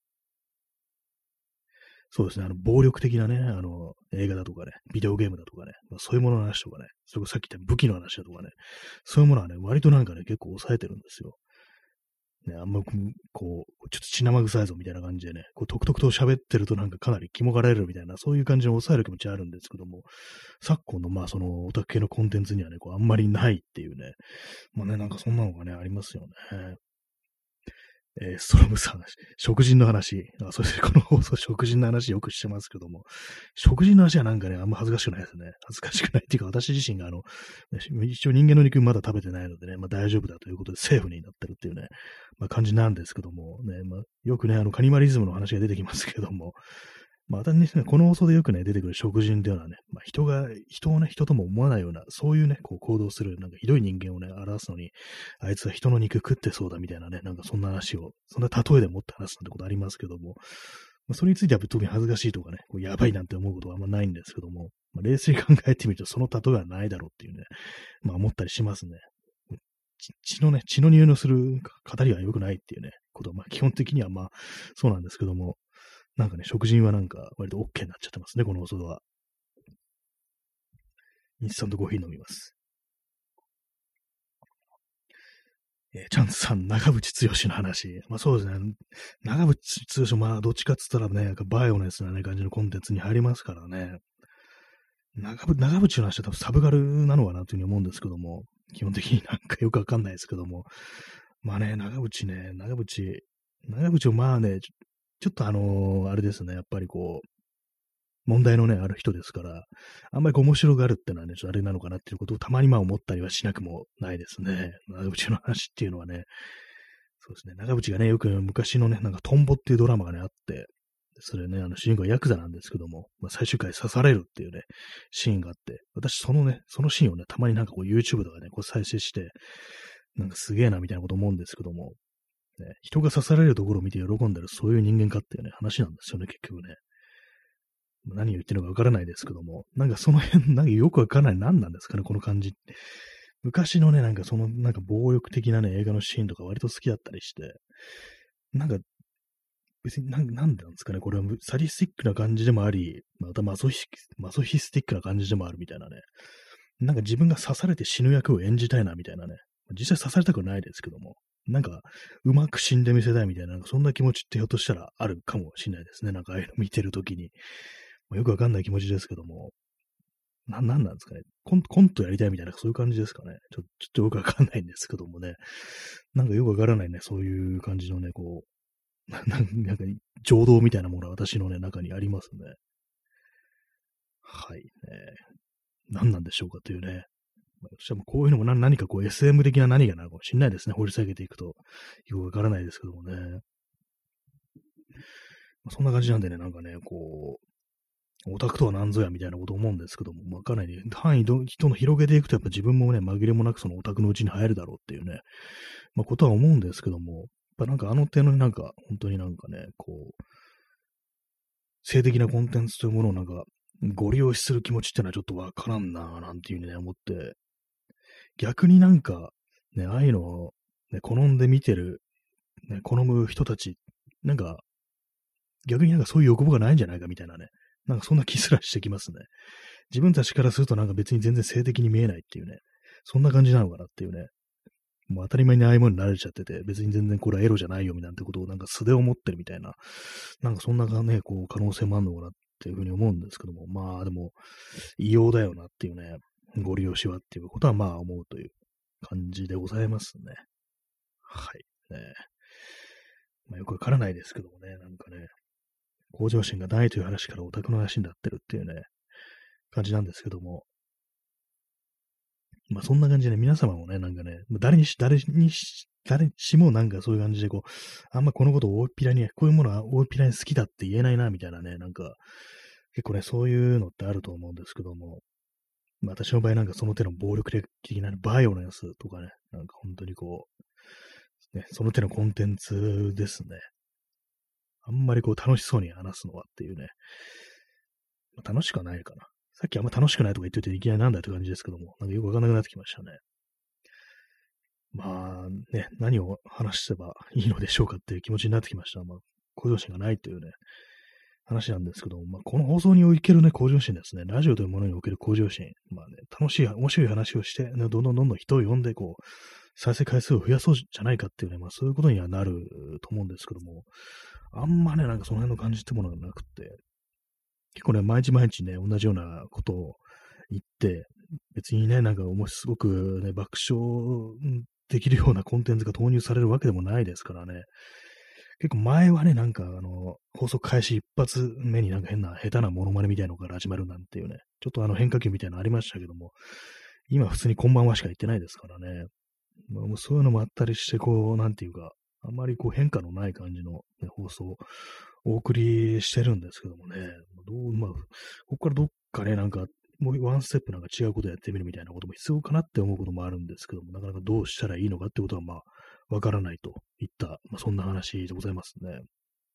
そうですね、暴力的なね、映画だとかね、ビデオゲームだとかね、まあ、そういうものの話とかね、それこそさっき言った武器の話だとかね、そういうものはね、割となんかね、結構抑えてるんですよ。ね、あんまこう、ちょっと血生臭いぞみたいな感じでね、こう、とくとくと喋ってるとなんかかなり肝がられるみたいな、そういう感じの抑える気持ちはあるんですけども、昨今のまあ、そのオタク系のコンテンツにはね、こう、あんまりないっていうね、まあね、なんかそんなのがね、ありますよね。ストロムさん、食人の話。そしてこの放送、食人の話よくしてますけども、食人の話はなんかね、あんま恥ずかしくないですね。恥ずかしくないっていうか、私自身が一応人間の肉まだ食べてないのでね、まあ大丈夫だということでセーフになってるっていうね、まあ感じなんですけども、ね、まあよくね、カニバリズムの話が出てきますけども、またね、この放送でよくね、出てくる食人っていうのはね、まあ、人をね、人とも思わないような、そういうね、こう行動する、なんかひどい人間をね、表すのに、あいつは人の肉食ってそうだみたいなね、なんかそんな話を、そんな例えでもって話すなんてことありますけども、まあ、それについては特に恥ずかしいとかね、こうやばいなんて思うことはあんまないんですけども、まあ、冷静に考えてみるとその例えはないだろうっていうね、まあ思ったりしますね。血の匂いのする語りは良くないっていうね、ことは、まあ基本的にはまあそうなんですけども、なんかね、食人はなんか割と OK になっちゃってますね、この放送では。インスタントコーヒー飲みます。チャンスさん、長渕剛の話。まあそうですね。長渕剛、まあどっちかっつったらね、なんかバイオネスなね、感じのコンテンツに入りますからね。長渕の話は多分サブカルなのかなというふうに思うんですけども、基本的になんかよくわかんないですけども。まあね、長渕をまあね、ちょっとあれですね、やっぱりこう、問題のね、ある人ですから、あんまりこう面白がるってのはね、ちょっとあれなのかなっていうことをたまにまあ思ったりはしなくもないですね。長渕の話っていうのはね、そうですね、長渕がね、よく昔のね、なんかトンボっていうドラマがね、あって、それね、主人公はヤクザなんですけども、まあ、最終回刺されるっていうね、シーンがあって、私そのシーンをね、たまになんかこう YouTube とかね、こう再生して、なんかすげえなみたいなこと思うんですけども、ね、人が刺されるところを見て喜んでる、そういう人間かっていうね、話なんですよね、結局ね。何を言ってるのかわからないですけども、なんかその辺、なんかよくわからない何なんですかね、この感じ。昔のね、なんかその、なんか暴力的なね、映画のシーンとか割と好きだったりして、なんか別になんでなんですかね、これはサディスティックな感じでもあり、またマソヒスティックな感じでもあるみたいなね。なんか自分が刺されて死ぬ役を演じたいなみたいなね。実際刺されたくはないですけども、なんか、うまく死んでみせたいみたいな、なんかそんな気持ちってひょっとしたらあるかもしれないですね。なんかああいうの見てるときに。よくわかんない気持ちですけども、なんですかね。コントやりたいみたいな、そういう感じですかね。ちょっとよくわかんないんですけどもね。なんかよくわからないね、そういう感じのね、こう、なんか、情動みたいなものが私のね、中にありますね。はい。何なんでしょうかというね。しかもこういうのも何かこう SM 的な何がなのかもしれないですね。掘り下げていくと。よくわからないですけどもね。そんな感じなんでね、なんかね、こう、オタクとは何ぞやみたいなこと思うんですけども、まあ、かなり範囲ど、人の広げていくと、やっぱ自分もね、紛れもなくそのオタクのうちに入るだろうっていうね、まあ、ことは思うんですけども、やっぱなんかあの点のなんか、本当になんかね、こう、性的なコンテンツというものをなんか、ご利用する気持ちってのはちょっとわからんなぁなんていうふうにね、思って逆になんか、ね、ああいうのを、ね、好んで見てる、ね、好む人たち、なんか、逆になんかそういう欲望がないんじゃないかみたいなね、なんかそんな気すらしてきますね。自分たちからするとなんか別に全然性的に見えないっていうね、そんな感じなのかなっていうね、もう当たり前にああいうものに慣れちゃってて、別に全然これはエロじゃないよみたいなことをなんか素で思ってるみたいな、なんかそんなね、こう可能性もあるのかなっていうふうに思うんですけども、まあでも、異様だよなっていうね、ご利用しはっていうことはまあ思うという感じでございますね。はい。ね、まあ、よくわからないですけどもね、なんかね、向上心がないという話からオタクの話になってるっていうね、感じなんですけども、まあそんな感じで皆様もね、なんかね、誰しもなんかそういう感じでこう、あんまこのことを大っぴらに、こういうものは大っぴらに好きだって言えないな、みたいなね、なんか、結構ね、そういうのってあると思うんですけども、まあ私の場合なんかその手の暴力的なバイオレンスとかね、なんか本当にこう、ね、その手のコンテンツですね。あんまりこう楽しそうに話すのはっていうね、まあ、楽しくはないかな。さっきあんま楽しくないとか言ってていきなりなんだって感じですけども、なんかよくわかんなくなってきましたね。まあね、何を話せばいいのでしょうかっていう気持ちになってきました。まあ、向上心がないというね、話なんですけども、まあ、この放送におけるね、向上心ですね。ラジオというものにおける向上心。まあね、楽しい、面白い話をして、ね、どんどん人を呼んで、こう、再生回数を増やそうじゃないかっていうね、まあそういうことにはなると思うんですけども、あんまね、なんかその辺の感じってものがなくって、結構ね、毎日毎日ね、同じようなことを言って、別にね、なんかすごくね、爆笑できるようなコンテンツが投入されるわけでもないですからね。結構前はね、なんか放送開始一発目になんか変な下手なモノマネみたいなのから始まるなんていうね、ちょっと変化球みたいなのありましたけども、今普通にこんばんはしか言ってないですからね。まあ、もうそういうのもあったりして、こう、なんていうか、あんまりこう変化のない感じの、ね、放送をお送りしてるんですけどもね、まあ、ここからどっかね、なんか、もうワンステップなんか違うことやってみるみたいなことも必要かなって思うこともあるんですけども、なかなかどうしたらいいのかってことは、まあ、わからないといった、まあ、そんな話でございますね。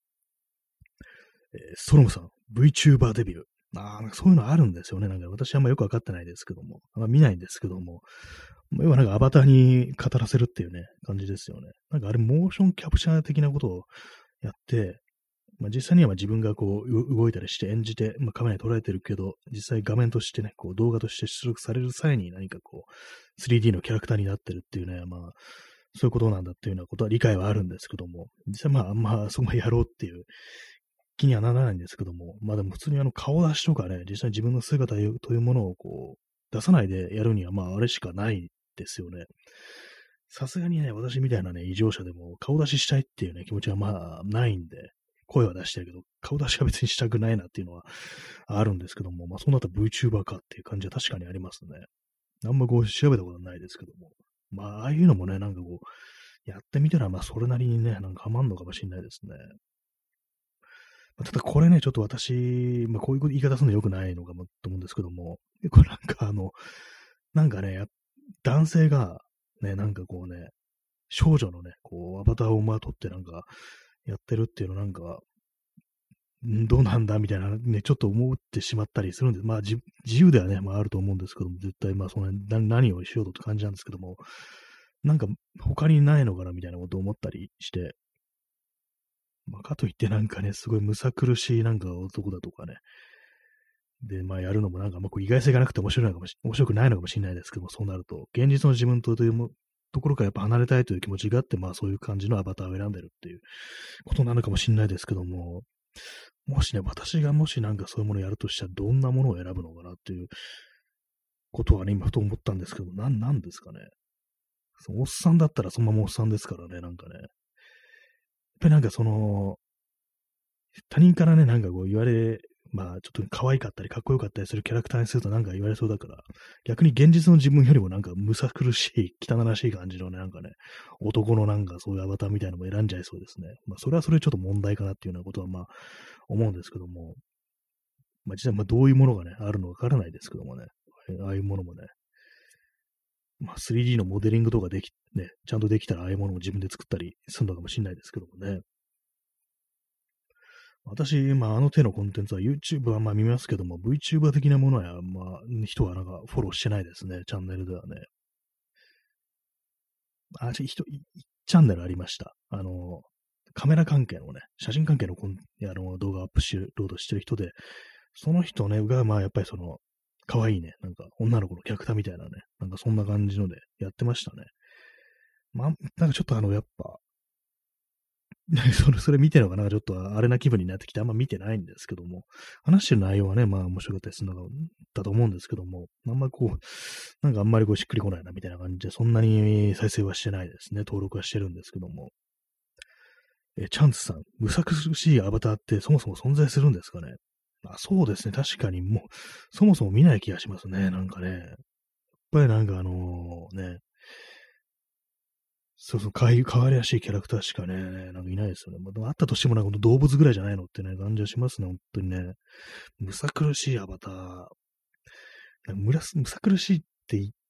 ソロムさん、VTuber デビュー。なんかそういうのあるんですよね。なんか私あんまよくわかってないですけども、あんま見ないんですけども、要はなんかアバターに語らせるっていうね、感じですよね。なんかあれ、モーションキャプチャー的なことをやって、まあ、実際にはまあ自分がこう動いたりして演じて、まあ、カメラに捉えてるけど、実際画面としてね、こう動画として出力される際に何かこう 3D のキャラクターになってるっていうね、まあそういうことなんだっていうようなことは理解はあるんですけども、実際まああんまそこまでやろうっていう気にはならないんですけども、まあでも普通に顔出しとかね、実際に自分の姿というものをこう出さないでやるにはまああれしかないですよね。さすがにね、私みたいなね、異常者でも顔出ししたいっていうね、気持ちはまあないんで、声は出してるけど、顔出しは別にしたくないなっていうのはあるんですけども、まあそうなったら VTuber かっていう感じは確かにありますね。あんまこう調べたことはないですけども。まあ、ああいうのもね、なんかこう、やってみたら、まあそれなりにね、なんかハマんのかもしれないですね。まあただこれね、ちょっと私、まあこういう言い方するの良くないのかもと思うんですけども、これなんかなんかね、男性が、ね、なんかこうね、少女のね、こう、アバターをまとってなんか、やってるっていうのなんか、どうなんだみたいなね、ちょっと思ってしまったりするんで、まあ自由ではね、まああると思うんですけども、絶対まあその何をしようとって感じなんですけども、なんか他にないのかなみたいなことを思ったりして、まあかといってなんかね、すごいむさ苦しいなんか男だとかね、で、まあやるのもなんか、まあこう意外性がなくて面白くないのかもしれないですけども、そうなると、現実の自分というところからやっぱ離れたいという気持ちがあって、まあそういう感じのアバターを選んでるっていうことなのかもしれないですけども、もしね、私がもしなんかそういうものをやるとしたらどんなものを選ぶのかなっていうことはね、今ふと思ったんですけど、なんですかね。そのおっさんだったらそのままおっさんですからね、なんかね。やっぱりなんか他人からね、なんかこう言われ、まあちょっと可愛かったりかっこよかったりするキャラクターにするとなんか言われそうだから、逆に現実の自分よりもなんかむさ苦しい、汚らしい感じのね、なんかね、男のなんかそういうアバターみたいなのも選んじゃいそうですね。まあそれはそれちょっと問題かなっていうようなことはまあ思うんですけども、まあ実際まあどういうものがね、あるのかわからないですけどもね、ああいうものもね、まあ 3D のモデリングとかね、ちゃんとできたらああいうものも自分で作ったりするのかもしれないですけどもね。私、まあ、あの手のコンテンツは YouTube はまあ見ますけども、VTuber 的なものは、まあ、人はなんかフォローしてないですね、チャンネルではね。 1チャンネルありました。カメラ関係のね、写真関係の動画をアップロードしてる人で、その人ね、が、まあ、やっぱり可愛いね、なんか、女の子のキャラクターみたいなね、なんかそんな感じのでやってましたね。まあ、なんかちょっとやっぱ、それ見てるのがなんかちょっとあれな気分になってきてあんま見てないんですけども、話してる内容はね、まあ面白かったりするのだと思うんですけども、あんまなんかあんまりしっくりこないなみたいな感じで、そんなに再生はしてないですね。登録はしてるんですけども。チャンスさん、むさ苦しいアバターってそもそも存在するんですかね。そうですね。確かにもう、そもそも見ない気がしますね。なんかね。やっぱりなんかね、そうそう、可愛らしいキャラクターしかね、なんかいないですよね。まあ、でもあったとしてもなんか動物ぐらいじゃないのってね、感じはしますね。本当にね。むさ苦しいアバター。なんかむさ苦しいって言って、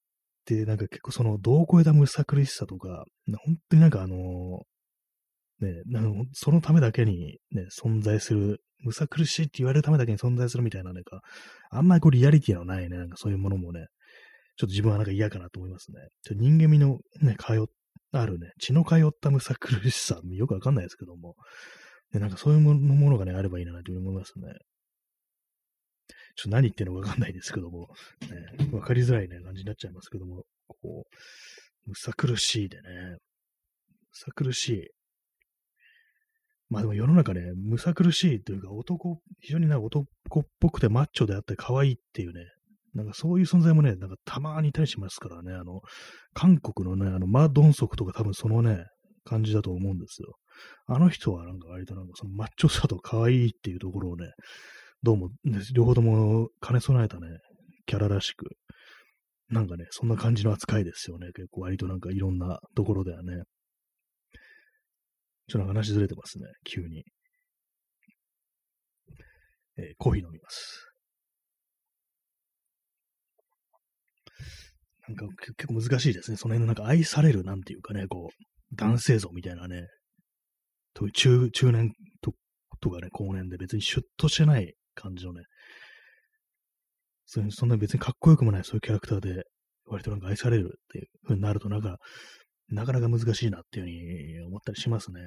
なんか結構度を超えたむさ苦しさとか、本当になんかね、そのためだけにね、存在する、むさ苦しいって言われるためだけに存在するみたいな、なんか、あんまりリアリティのないね、なんかそういうものもね、ちょっと自分はなんか嫌かなと思いますね。人間味のね、あるね、血の通ったむさ苦しさ、よくわかんないですけども、でなんかそういうものがね、あればいいなと思いますね。ちょっと何言ってるのかわかんないですけども、ね、わかりづらいね、感じになっちゃいますけども、むさ苦しいでね、むさ苦しい。まあでも世の中ね、むさ苦しいというか、非常に男っぽくてマッチョであって可愛いっていうね、なんかそういう存在もね、なんかたまにいたりしますからね、韓国のね、マ・ドンソクとか多分そのね、感じだと思うんですよ。あの人はなんか割となんかそのマッチョさと可愛いっていうところをね、どうも、ね、両方とも兼ね備えたね、キャラらしく、なんかね、そんな感じの扱いですよね。結構割となんかいろんなところではね。ちょっと話ずれてますね、急に。コーヒー飲みます。なんか結構難しいですね。その辺のなんか愛されるなんていうかね、男性像みたいなね、中年とかね、後年で別にシュッとしてない感じのね、そんな別にかっこよくもないそういうキャラクターで、割となんか愛されるっていう風になると、なかなか難しいなっていう風に思ったりしますね。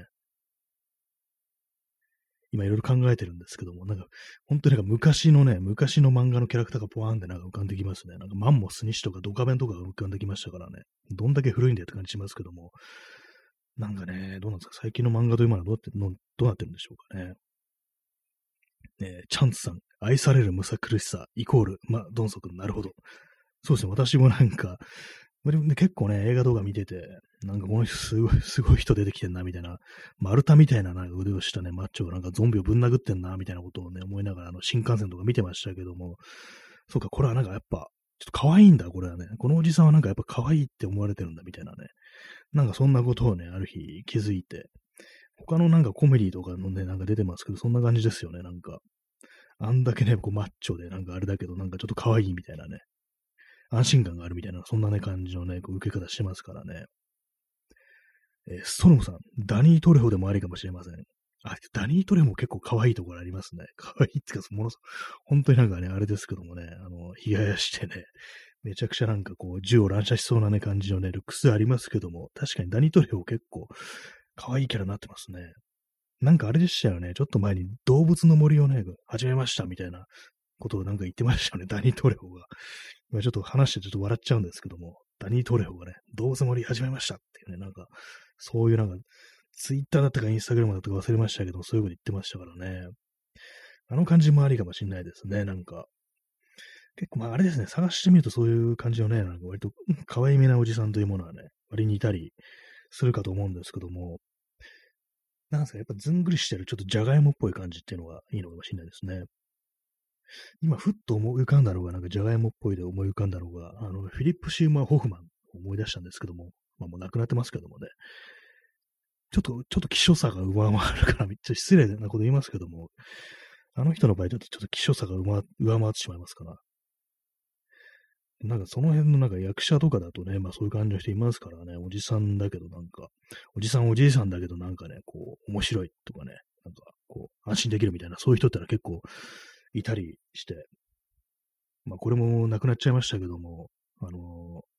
今いろいろ考えてるんですけども、なんか、本当になんか昔の漫画のキャラクターがポワーンってなんか浮かんできますね。なんかマンモス西とかドカベンとかが浮かんできましたからね。どんだけ古いんだよって感じしますけども、なんかね、どうなんですか最近の漫画というものはどうなってるんでしょうかね。チャンツさん、愛されるむさ苦しさ、イコール、ドンソク、なるほど。そうですね、私もなんか、結構ね、映画動画見てて、なんかこの人すごい人出てきてんな、みたいな、丸太みたいななんか腕をしたね、マッチョがなんかゾンビをぶん殴ってんな、みたいなことをね、思いながら、新幹線とか見てましたけども、そうか、これはなんかやっぱ、ちょっと可愛いんだ、これはね。このおじさんはなんかやっぱ可愛いって思われてるんだ、みたいなね。なんかそんなことをね、ある日気づいて、他のなんかコメディとかのね、なんか出てますけど、そんな感じですよね、なんか。あんだけね、マッチョでなんかあれだけど、なんかちょっと可愛いみたいなね。安心感があるみたいな、そんなね、感じのね、受け方してますからね。ストロムさん、ダニー・トレホでもありかもしれません。ダニー・トレホも結構可愛いところありますね。可愛いっていうか、本当になんかね、あれですけどもね、ひがやしてね、めちゃくちゃなんか銃を乱射しそうなね、感じのね、ルックスありますけども、確かにダニー・トレホ結構可愛いキャラになってますね。なんかあれでしたよね、ちょっと前に動物の森をね、始めましたみたいなことをなんか言ってましたよね、ダニー・トレホが。今ちょっと話してちょっと笑っちゃうんですけども、ダニー・トレホがね、動物の森始めましたっていうね、なんか、そういうなんか、ツイッターだったかインスタグラムだったか忘れましたけど、そういうこと言ってましたからね。あの感じもありかもしんないですね、なんか。結構あれですね、探してみるとそういう感じのね、なんか割と可愛めなおじさんというものはね、割にいたりするかと思うんですけども、なんですか、やっぱずんぐりしてるちょっとジャガイモっぽい感じっていうのがいいのかもしれないですね。今、ふっと思い浮かんだのが、なんかジャガイモっぽいで思い浮かんだのが、フィリップ・シーマー・ホフマンを思い出したんですけども、もう亡くなってますけどもね、ちょっと希少さが上回るから、めっちゃ失礼なこと言いますけども、あの人の場合、ちょっと希少さが上回ってしまいますから、なんかその辺のなんか役者とかだとね、そういう感じの人いますからね、おじさんだけどなんか、おじいさんだけどなんかね、面白いとかね、なんか安心できるみたいな、そういう人ってのは結構いたりして、これもなくなっちゃいましたけども、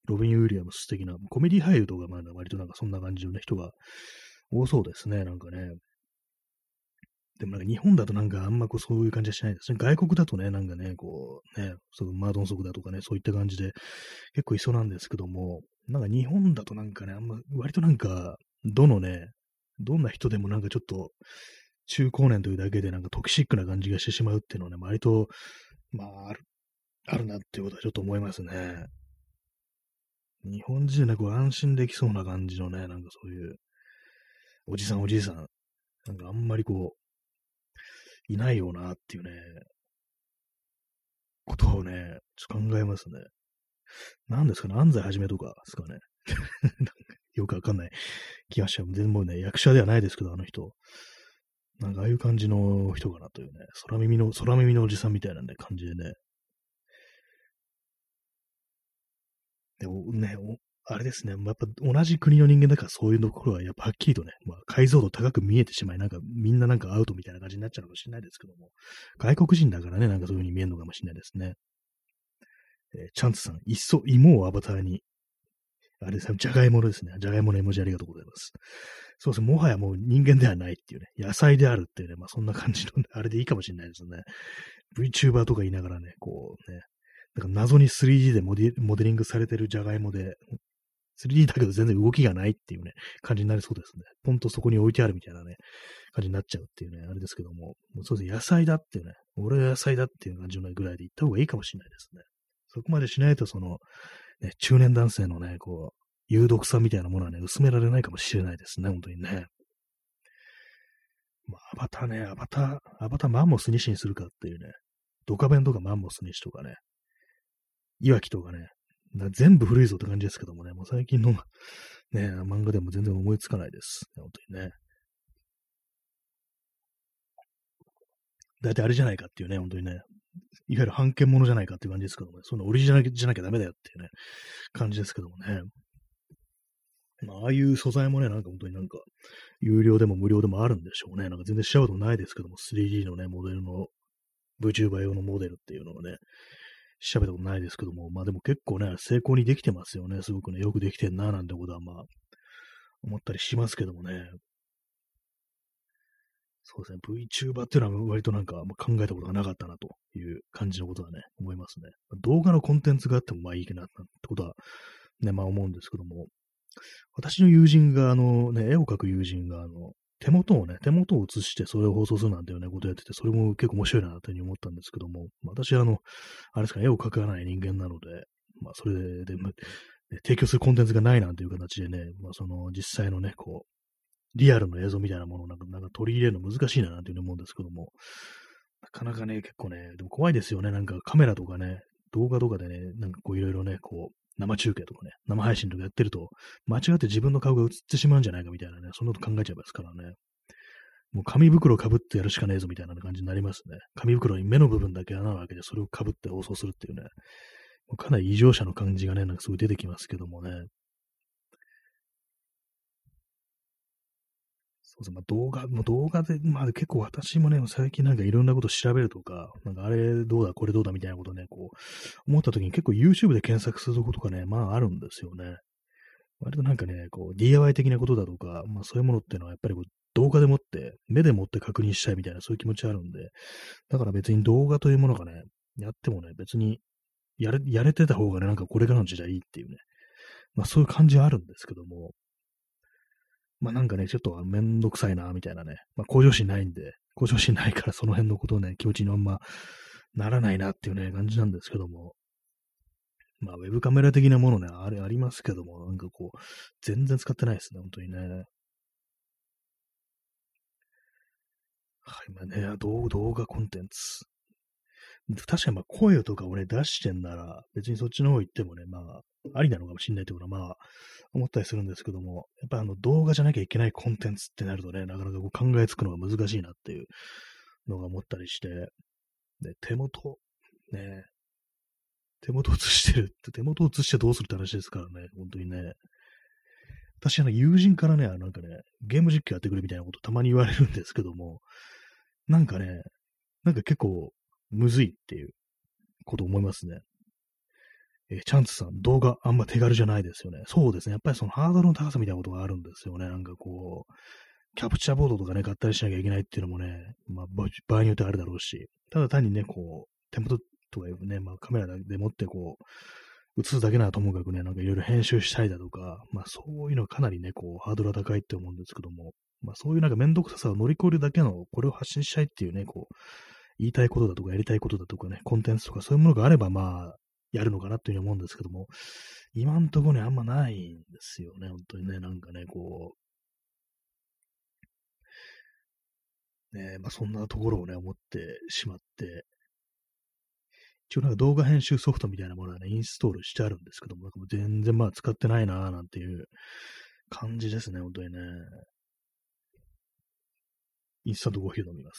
ロビン・ウィリアムス的な、コメディ俳優とか、まあ、割となんかそんな感じのね、人が多そうですね、なんかね。でもなんか日本だとなんかあんまこうそういう感じはしないですね。外国だとね、なんかね、こうね、そうマードンソクだとかね、そういった感じで結構いそうなんですけども、なんか日本だとなんかね、あんま、割となんか、どんな人でもなんかちょっと中高年というだけでなんかトキシックな感じがしてしまうっていうのはね、割と、まあ、あるなっていうことはちょっと思いますね。日本人でこう安心できそうな感じのね、なんかそういう、おじさんおじいさん、なんかあんまりこう、いないよなっていうね、ことをね、ちょっと考えますね。なんですかね、安西はじめとかですかね。なんかよくわかんない気がしちゃう。全然もうね、役者ではないですけど、あの人。なんかああいう感じの人かなというね、空耳のおじさんみたいなね、感じでね。でもね、あれですね、やっぱ同じ国の人間だからそういうところはやっぱはっきりとね、まあ、解像度高く見えてしまい、なんかみんななんかアウトみたいな感じになっちゃうかもしれないですけども、外国人だからね、なんかそういう風に見えるのかもしれないですね。チャンツさん、いっそ芋をアバターに、あれですね、じゃがいもですね。じゃがいもの絵文字ありがとうございます。そうですね、もはやもう人間ではないっていうね、野菜であるっていうね、まあそんな感じの、あれでいいかもしれないですね。VTuber とか言いながらね、こうね、なんか謎に 3D でモデリングされてるじゃがいもで、3D だけど全然動きがないっていうね、感じになりそうですね。ほんとそこに置いてあるみたいなね、感じになっちゃうっていうね、あれですけども、もうそうですね、野菜だっていうね、俺は野菜だっていう感じのぐらいで言った方がいいかもしれないですね。そこまでしないと、その、ね、中年男性のね、こう、有毒さみたいなものはね、薄められないかもしれないですね、本当にね。まあ、アバターマンモスニシにするかっていうね、ドカベンとかマンモスニシとかね、いわきとかね、全部古いぞって感じですけどもね、もう最近のね、漫画でも全然思いつかないです。本当にね。だいたいあれじゃないかっていうね、本当にね、いわゆる版権ものじゃないかっていう感じですけどもね、そんなオリジナルじゃなきゃダメだよっていうね、感じですけどもね。まあ、ああいう素材もね、なんか本当になんか、有料でも無料でもあるんでしょうね。なんか全然調べたことないですけども、3D のね、モデルの VTuber 用のモデルっていうのをね、調べたことないですけども、まあでも結構ね、成功にできてますよね。すごくね、よくできてんな、なんてことはまあ、思ったりしますけどもね。そうですね、VTuber っていうのは割となんか、まあ、考えたことがなかったなという感じのことはね、思いますね。動画のコンテンツがあってもまあいいかなってことはね、まあ思うんですけども、私の友人が絵を描く友人が手元を映してそれを放送するなんていうね、ことをやってて、それも結構面白いなというふうに思ったんですけども、私はあれですか、絵を描かない人間なので、まあそれで、提供するコンテンツがないなんていう形でね、まあその実際のね、こう、リアルの映像みたいなものをなんか取り入れるの難しいななんていうふうに思うんですけども、なかなかね、結構ね、でも怖いですよね。なんかカメラとかね、動画とかでね、なんかこういろいろね、こう、生中継とかね、生配信とかやってると、間違って自分の顔が映ってしまうんじゃないかみたいなね、そんなこと考えちゃいますからね。もう紙袋かぶってやるしかねえぞみたいな感じになりますね。紙袋に目の部分だけ穴を開けて、それをかぶって放送するっていうね、もうかなり異常者の感じがね、なんかすごい出てきますけどもね。そうですね、まあ、動画で、まあ結構私もね、最近なんかいろんなこと調べるとか、なんかあれどうだ、これどうだみたいなことね、こう、思った時に結構 YouTube で検索するとことかね、まああるんですよね。割となんかね、こう DIY 的なことだとか、まあそういうものっていうのはやっぱりこう動画でもって、目でもって確認したいみたいなそういう気持ちあるんで、だから別に動画というものがね、やってもね、別にやれてた方がね、なんかこれからの時代いいっていうね、まあそういう感じはあるんですけども、まあなんかね、ちょっとめんどくさいな、みたいなね。まあ向上心ないんで、向上心ないからその辺のことをね、気持ちにあんまならないなっていうね、感じなんですけども。まあウェブカメラ的なものね、あれありますけども、なんかこう、全然使ってないですね、本当にね。はい、まあね、動画コンテンツ。確かにまあ声とかをね、出してんなら、別にそっちの方行ってもね、まあ、ありなのかもしれないってことはまあ、思ったりするんですけども、やっぱ動画じゃなきゃいけないコンテンツってなるとね、なかなかこう考えつくのが難しいなっていうのが思ったりして、で、ね、手元映してるって、手元映してどうするって話ですからね、本当にね。私、友人からね、なんかね、ゲーム実況やってくれみたいなことたまに言われるんですけども、なんかね、なんか結構、むずいっていうこと思いますね。 チャンツさん、動画あんま手軽じゃないですよね。そうですね。やっぱりそのハードルの高さみたいなことがあるんですよね。なんかこう、キャプチャーボードとかね、買ったりしなきゃいけないっていうのもね、まあ、場合によってあるだろうし、ただ単にね、こう、手元とかね、まあ、カメラで持ってこう、映すだけならともかくね、なんかいろいろ編集したりだとか、まあそういうのかなりね、こう、ハードルが高いって思うんですけども、まあそういうなんかめんどくささを乗り越えるだけの、これを発信したいっていうね、こう、言いたいことだとかやりたいことだとかね、コンテンツとかそういうものがあれば、まあ、やるのかなっていうふうに思うんですけども、今んところね、あんまないんですよね、本当にね、なんかね、こう、ね、まあそんなところをね、思ってしまって、一応なんか動画編集ソフトみたいなものはね、インストールしてあるんですけども、なんかもう全然まあ使ってないなぁなんていう感じですね、本当にね。インスタントコーヒーを飲みます。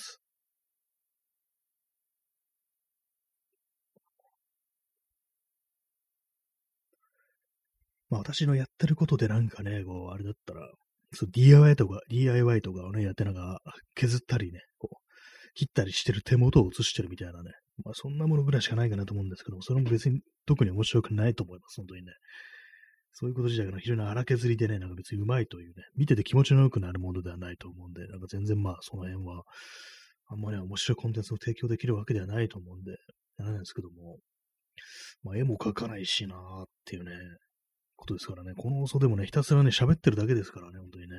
まあ私のやってることでなんかね、こう、あれだったら、そう DIY とかをね、やってなんか削ったりね、こう、切ったりしてる手元を映してるみたいなね。まあそんなものぐらいしかないかなと思うんですけども、それも別に特に面白くないと思います、本当にね。そういうこと自体が非常に荒削りでね、なんか別にうまいというね、見てて気持ちの良くなるものではないと思うんで、なんか全然まあその辺は、あんまり面白いコンテンツを提供できるわけではないと思うんで、あれなんですけども、まあ絵も描かないしなーっていうね、ことですからね、この放送でもね、ひたすらね、喋ってるだけですからね、本当にね。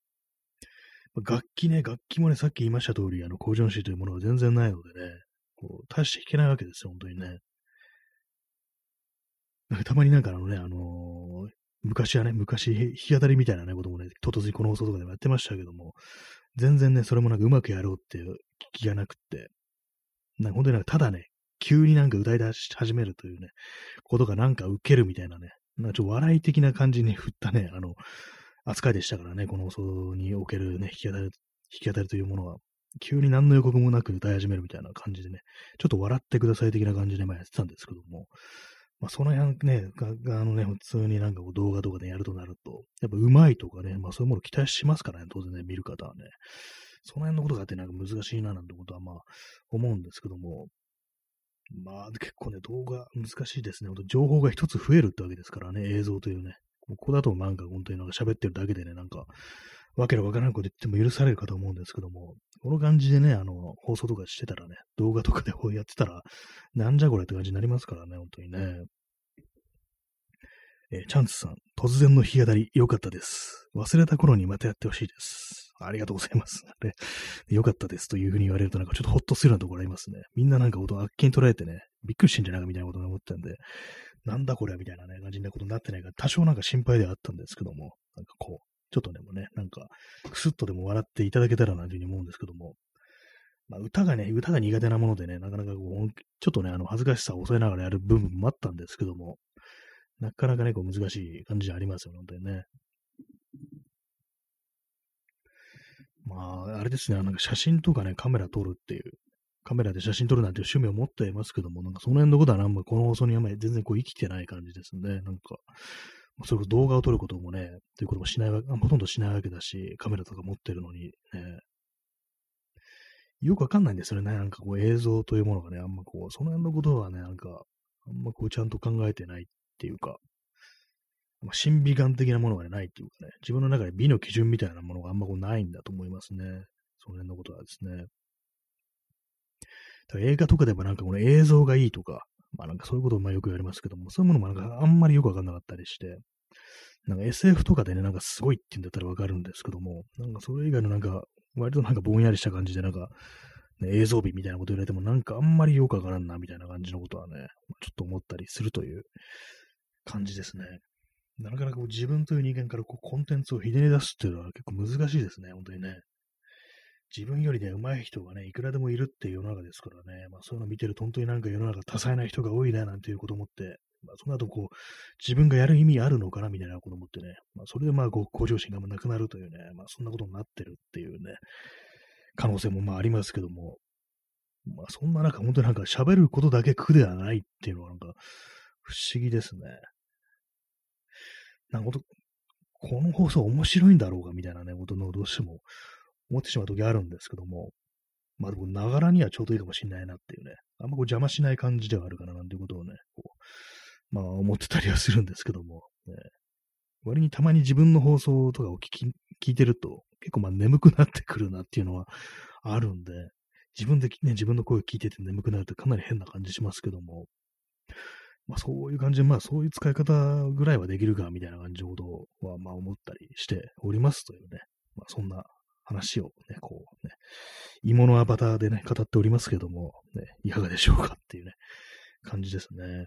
楽器もね、さっき言いました通り、向上心というものが全然ないのでね、こう、大して弾けないわけですよ、本当にね。なんかたまになんか昔はね、昔、弾き語りみたいなね、こともね、ととついこの放送とかでもやってましたけども、全然ね、それもなんかうまくやろうっていう気がなくって、なんか本当になんかただね、急になんか歌い出し始めるというね、ことがなんか受けるみたいなね、なんかちょっと笑い的な感じに振ったね、扱いでしたからね、この放送におけるね、弾き語りというものは、急に何の予告もなく歌い始めるみたいな感じでね、ちょっと笑ってください的な感じでやってたんですけども、まあ、その辺ね、普通になんかこう動画とかでやるとなると、やっぱ上手いとかね、まあそういうものを期待しますからね、当然ね、見る方はね。その辺のことがあってなんか難しいななんてことはまあ思うんですけども、まあ結構ね、動画難しいですね。本当情報が一つ増えるってわけですからね、映像というね。ここだとなんか本当になんか喋ってるだけでね、なんか、わけのわからないこと言っても許されるかと思うんですけども、この感じでね、放送とかしてたらね、動画とかでこうやってたら、なんじゃこれって感じになりますからね、本当にね。チャンスさん、突然の弾き語り、良かったです。忘れた頃にまたやってほしいです。ありがとうございます。良かったですというふうに言われるとなんかちょっとほっとするようなところありますね。みんななんかことをあっけに捉えてね、びっくりしてんじゃないかみたいなことを思ったんで、なんだこれみたいなね、感じなことになってないか、多少なんか心配ではあったんですけども、なんかこう、ちょっとでもね、なんか、くすっとでも笑っていただけたらなというふうに思うんですけども、まあ、歌が苦手なものでね、なかなかこう、ちょっとね、恥ずかしさを抑えながらやる部分もあったんですけども、なかなかね、こう難しい感じでありますよね、本当にね。まあ、あれですね、なんか写真とかね、カメラ撮るっていう、カメラで写真撮るなんていう趣味を持っていますけども、なんかその辺のことはなんかこの放送にあんまり全然こう生きてない感じですね。なんか、それこそ動画を撮ることもね、ということもしないわけ、ほとんどしないわけだし、カメラとか持ってるのにね、よくわかんないんですよね。なんかこう映像というものがね、あんまこう、その辺のことはね、なんか、あんまこうちゃんと考えてないっていうか、まあ、審美眼的なものがないっていうかね、自分の中で美の基準みたいなものがあんまこうないんだと思いますね。その辺のことはですね。だから映画とかでもなんかこの映像がいいとか、まあなんかそういうことをまあよく言われますけども、そういうものもなんかあんまりよくわかんなかったりして、なんか SF とかでね、なんかすごいって言うんだったらわかるんですけども、なんかそれ以外のなんか、割となんかぼんやりした感じでなんか、ね、映像美みたいなこと言われてもなんかあんまりよくわからんなみたいな感じのことはね、ちょっと思ったりするという感じですね。なかなかこう自分という人間からこうコンテンツをひねり出すっていうのは結構難しいですね、本当にね。自分よりね、上手い人がね、いくらでもいるっていう世の中ですからね、まあそういうのを見てると本当になんか世の中多彩な人が多いななんていうことを思って、まあその後こう、自分がやる意味あるのかなみたいなことを思ってね、まあそれでまあこう向上心がなくなるというね、まあそんなことになってるっていうね、可能性もまあありますけども、まあそんな中本当になんか喋ることだけ苦ではないっていうのはなんか不思議ですね。なんか本当この放送面白いんだろうかみたいなね、ことのどうしても思ってしまう時あるんですけども、まあでも、ながらにはちょうどいいかもしれないなっていうね。あんまこう邪魔しない感じではあるかななんていうことをね、こまあ思ってたりはするんですけども、ね、割にたまに自分の放送とかを聞いてると、結構まあ眠くなってくるなっていうのはあるんで、自分でね、自分の声を聞いてて眠くなるとかなり変な感じしますけども、まあそういう感じで、まあそういう使い方ぐらいはできるかみたいな感じのことはまあ思ったりしておりますというね、まあそんな話をね、こうね、芋のアバターでね、語っておりますけども、ね、いかがでしょうかっていうね、感じですね。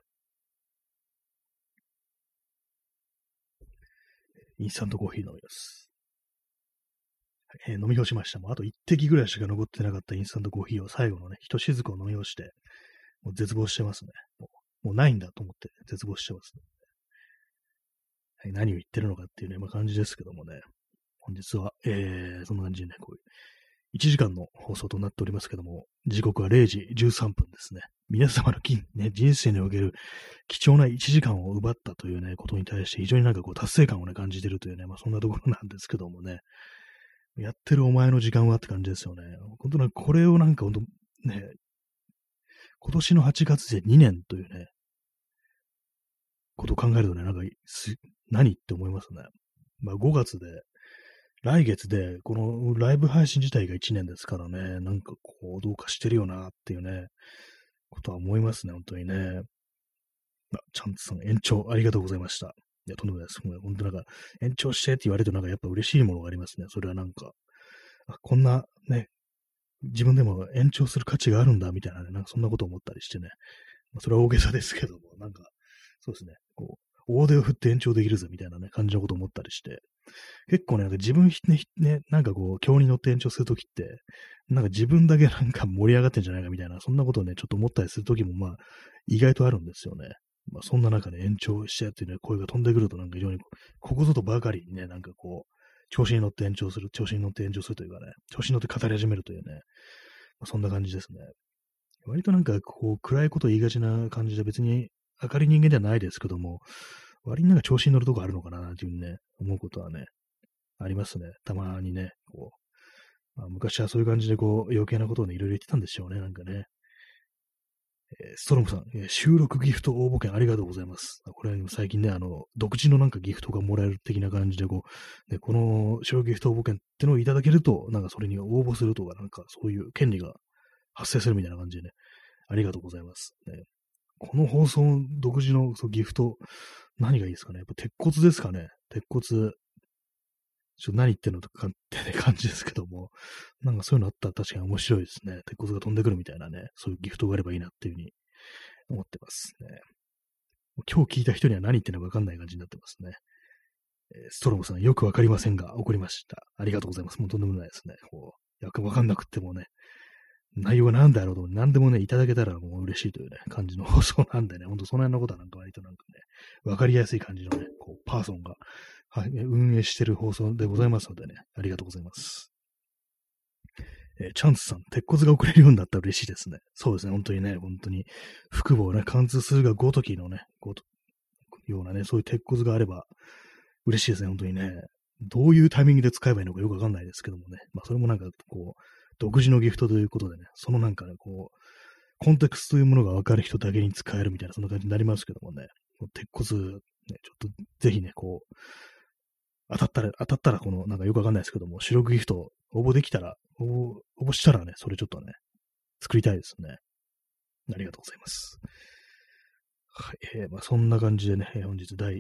インスタントコーヒー飲みます。飲み干しました。もうあと一滴ぐらいしか残ってなかったインスタントコーヒーを最後のね、一雫を飲み干して、もう絶望してますね。もうないんだと思って絶望してますね。はい、何を言ってるのかっていうね、まあ、感じですけどもね。本日は、そんな感じでね、こういう1時間の放送となっておりますけども、時刻は0時13分ですね。皆様のね、人生における貴重な1時間を奪ったというね、ことに対して非常になんかこう達成感をね、感じてるというね、まあそんなところなんですけどもね、やってるお前の時間はって感じですよね。本当にこれをなんか本当ね、今年の8月で2年というね、ことを考えるとね、なんか何って思いますね。まあ5月で、来月で、このライブ配信自体が1年ですからね、なんかこう、どうかしてるよなっていうね、ことは思いますね、本当にね。チャンツさん、延長ありがとうございました。いや、とんでもないです。もう本当なんか、延長してって言われるとなんかやっぱ嬉しいものがありますね。それはなんか、こんなね、自分でも延長する価値があるんだ、みたいなね、なんかそんなこと思ったりしてね。それは大げさですけども、なんか、そうですね、こう、大手を振って延長できるぜ、みたいなね、感じのことを思ったりして、結構ね、なんか自分ね、なんかこう、今日に乗って延長するときって、なんか自分だけなんか盛り上がってんじゃないかみたいな、そんなことをね、ちょっと思ったりするときも、まあ、意外とあるんですよね。まあ、そんな中で延長してっていうね、声が飛んでくると、なんか非常にここぞとばかりにね、なんかこう、調子に乗って延長する、調子に乗って延長するというかね、調子に乗って語り始めるというね、まあ、そんな感じですね。割となんかこう、暗いことを言いがちな感じで別に明るい人間ではないですけども、割になんか調子に乗るとこあるのかな、というふうにね、思うことはね、ありますね。たまにね、こう、まあ、昔はそういう感じでこう、余計なことをね、いろいろ言ってたんでしょうね、なんかね。ストロムさん、収録ギフト応募券ありがとうございます。これは最近ね、独自のなんかギフトがもらえる的な感じで、こう、ね、この収録ギフト応募券ってのをいただけると、なんかそれに応募するとか、なんかそういう権利が発生するみたいな感じでね、ありがとうございます。ね、この放送独自のギフト、何がいいですかね。やっぱ鉄骨ですかね。鉄骨、何言ってんのとかってね、感じですけども、なんかそういうのあったら確かに面白いですね。鉄骨が飛んでくるみたいなね、そういうギフトがあればいいなっていうふうに思ってますね。今日聞いた人には何言ってんのかわかんない感じになってますね。ストロムさん、よくわかりませんが、怒りました。ありがとうございます。もうとんでもないですね。こう、よくわかんなくってもね、内容が何だろうと、何でもね、いただけたらもう嬉しいというね、感じの放送なんでね、ほんとその辺のことはなんか割となんかね、わかりやすい感じのね、こう、パーソンが、はい、運営してる放送でございますのでね、ありがとうございます。チャンスさん、鉄骨が送れるようになったら嬉しいですね。そうですね、本当にね、本当に、腹部をね、貫通するがごときのね、ようなね、そういう鉄骨があれば嬉しいですね、本当にね。どういうタイミングで使えばいいのかよくわかんないですけどもね。まあ、それもなんか、こう、独自のギフトということでね、そのなんかね、こう、コンテクストというものがわかる人だけに使えるみたいな、そんな感じになりますけどもね。鉄骨、ね、ちょっと、ぜひね、こう、当たったら、この、なんかよくわかんないですけども、白ギフト応募できたら、応募したらね、それちょっとね、作りたいですね。ありがとうございます。はい、まあ、そんな感じでね、本日第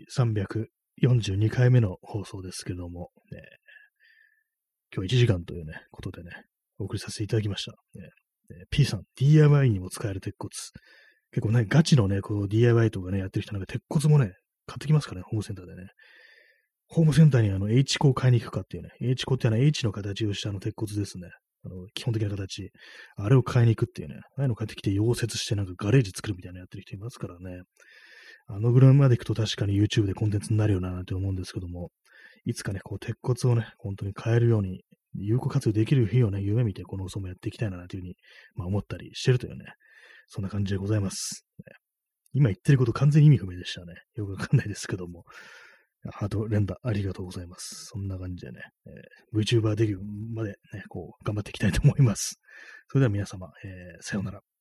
342回目の放送ですけども、今日1時間というね、ことでね、お送りさせていただきました。P さん、DIY にも使える鉄骨。結構ね、ガチのね、こう DIY とかね、やってる人なんか鉄骨もね、買ってきますからね、ホームセンターでね。ホームセンターにH コを買いに行くかっていうね、H コってH の形をした鉄骨ですね。基本的な形。あれを買いに行くっていうね、ああいうの買ってきて溶接してなんかガレージ作るみたいなのやってる人いますからね。ぐらいまで行くと確かに YouTube でコンテンツになるよななんて思うんですけども、いつかね、こう、鉄骨をね、本当に変えるように、有効活用できる日をね、夢見て、この放送もやっていきたいなというふうに、まあ、思ったりしてるというね、そんな感じでございます。今言ってること完全に意味不明でしたね。よくわかんないですけども。ハート連打ありがとうございます。そんな感じでね、VTuber デビューまでね、こう、頑張っていきたいと思います。それでは皆様、さようなら。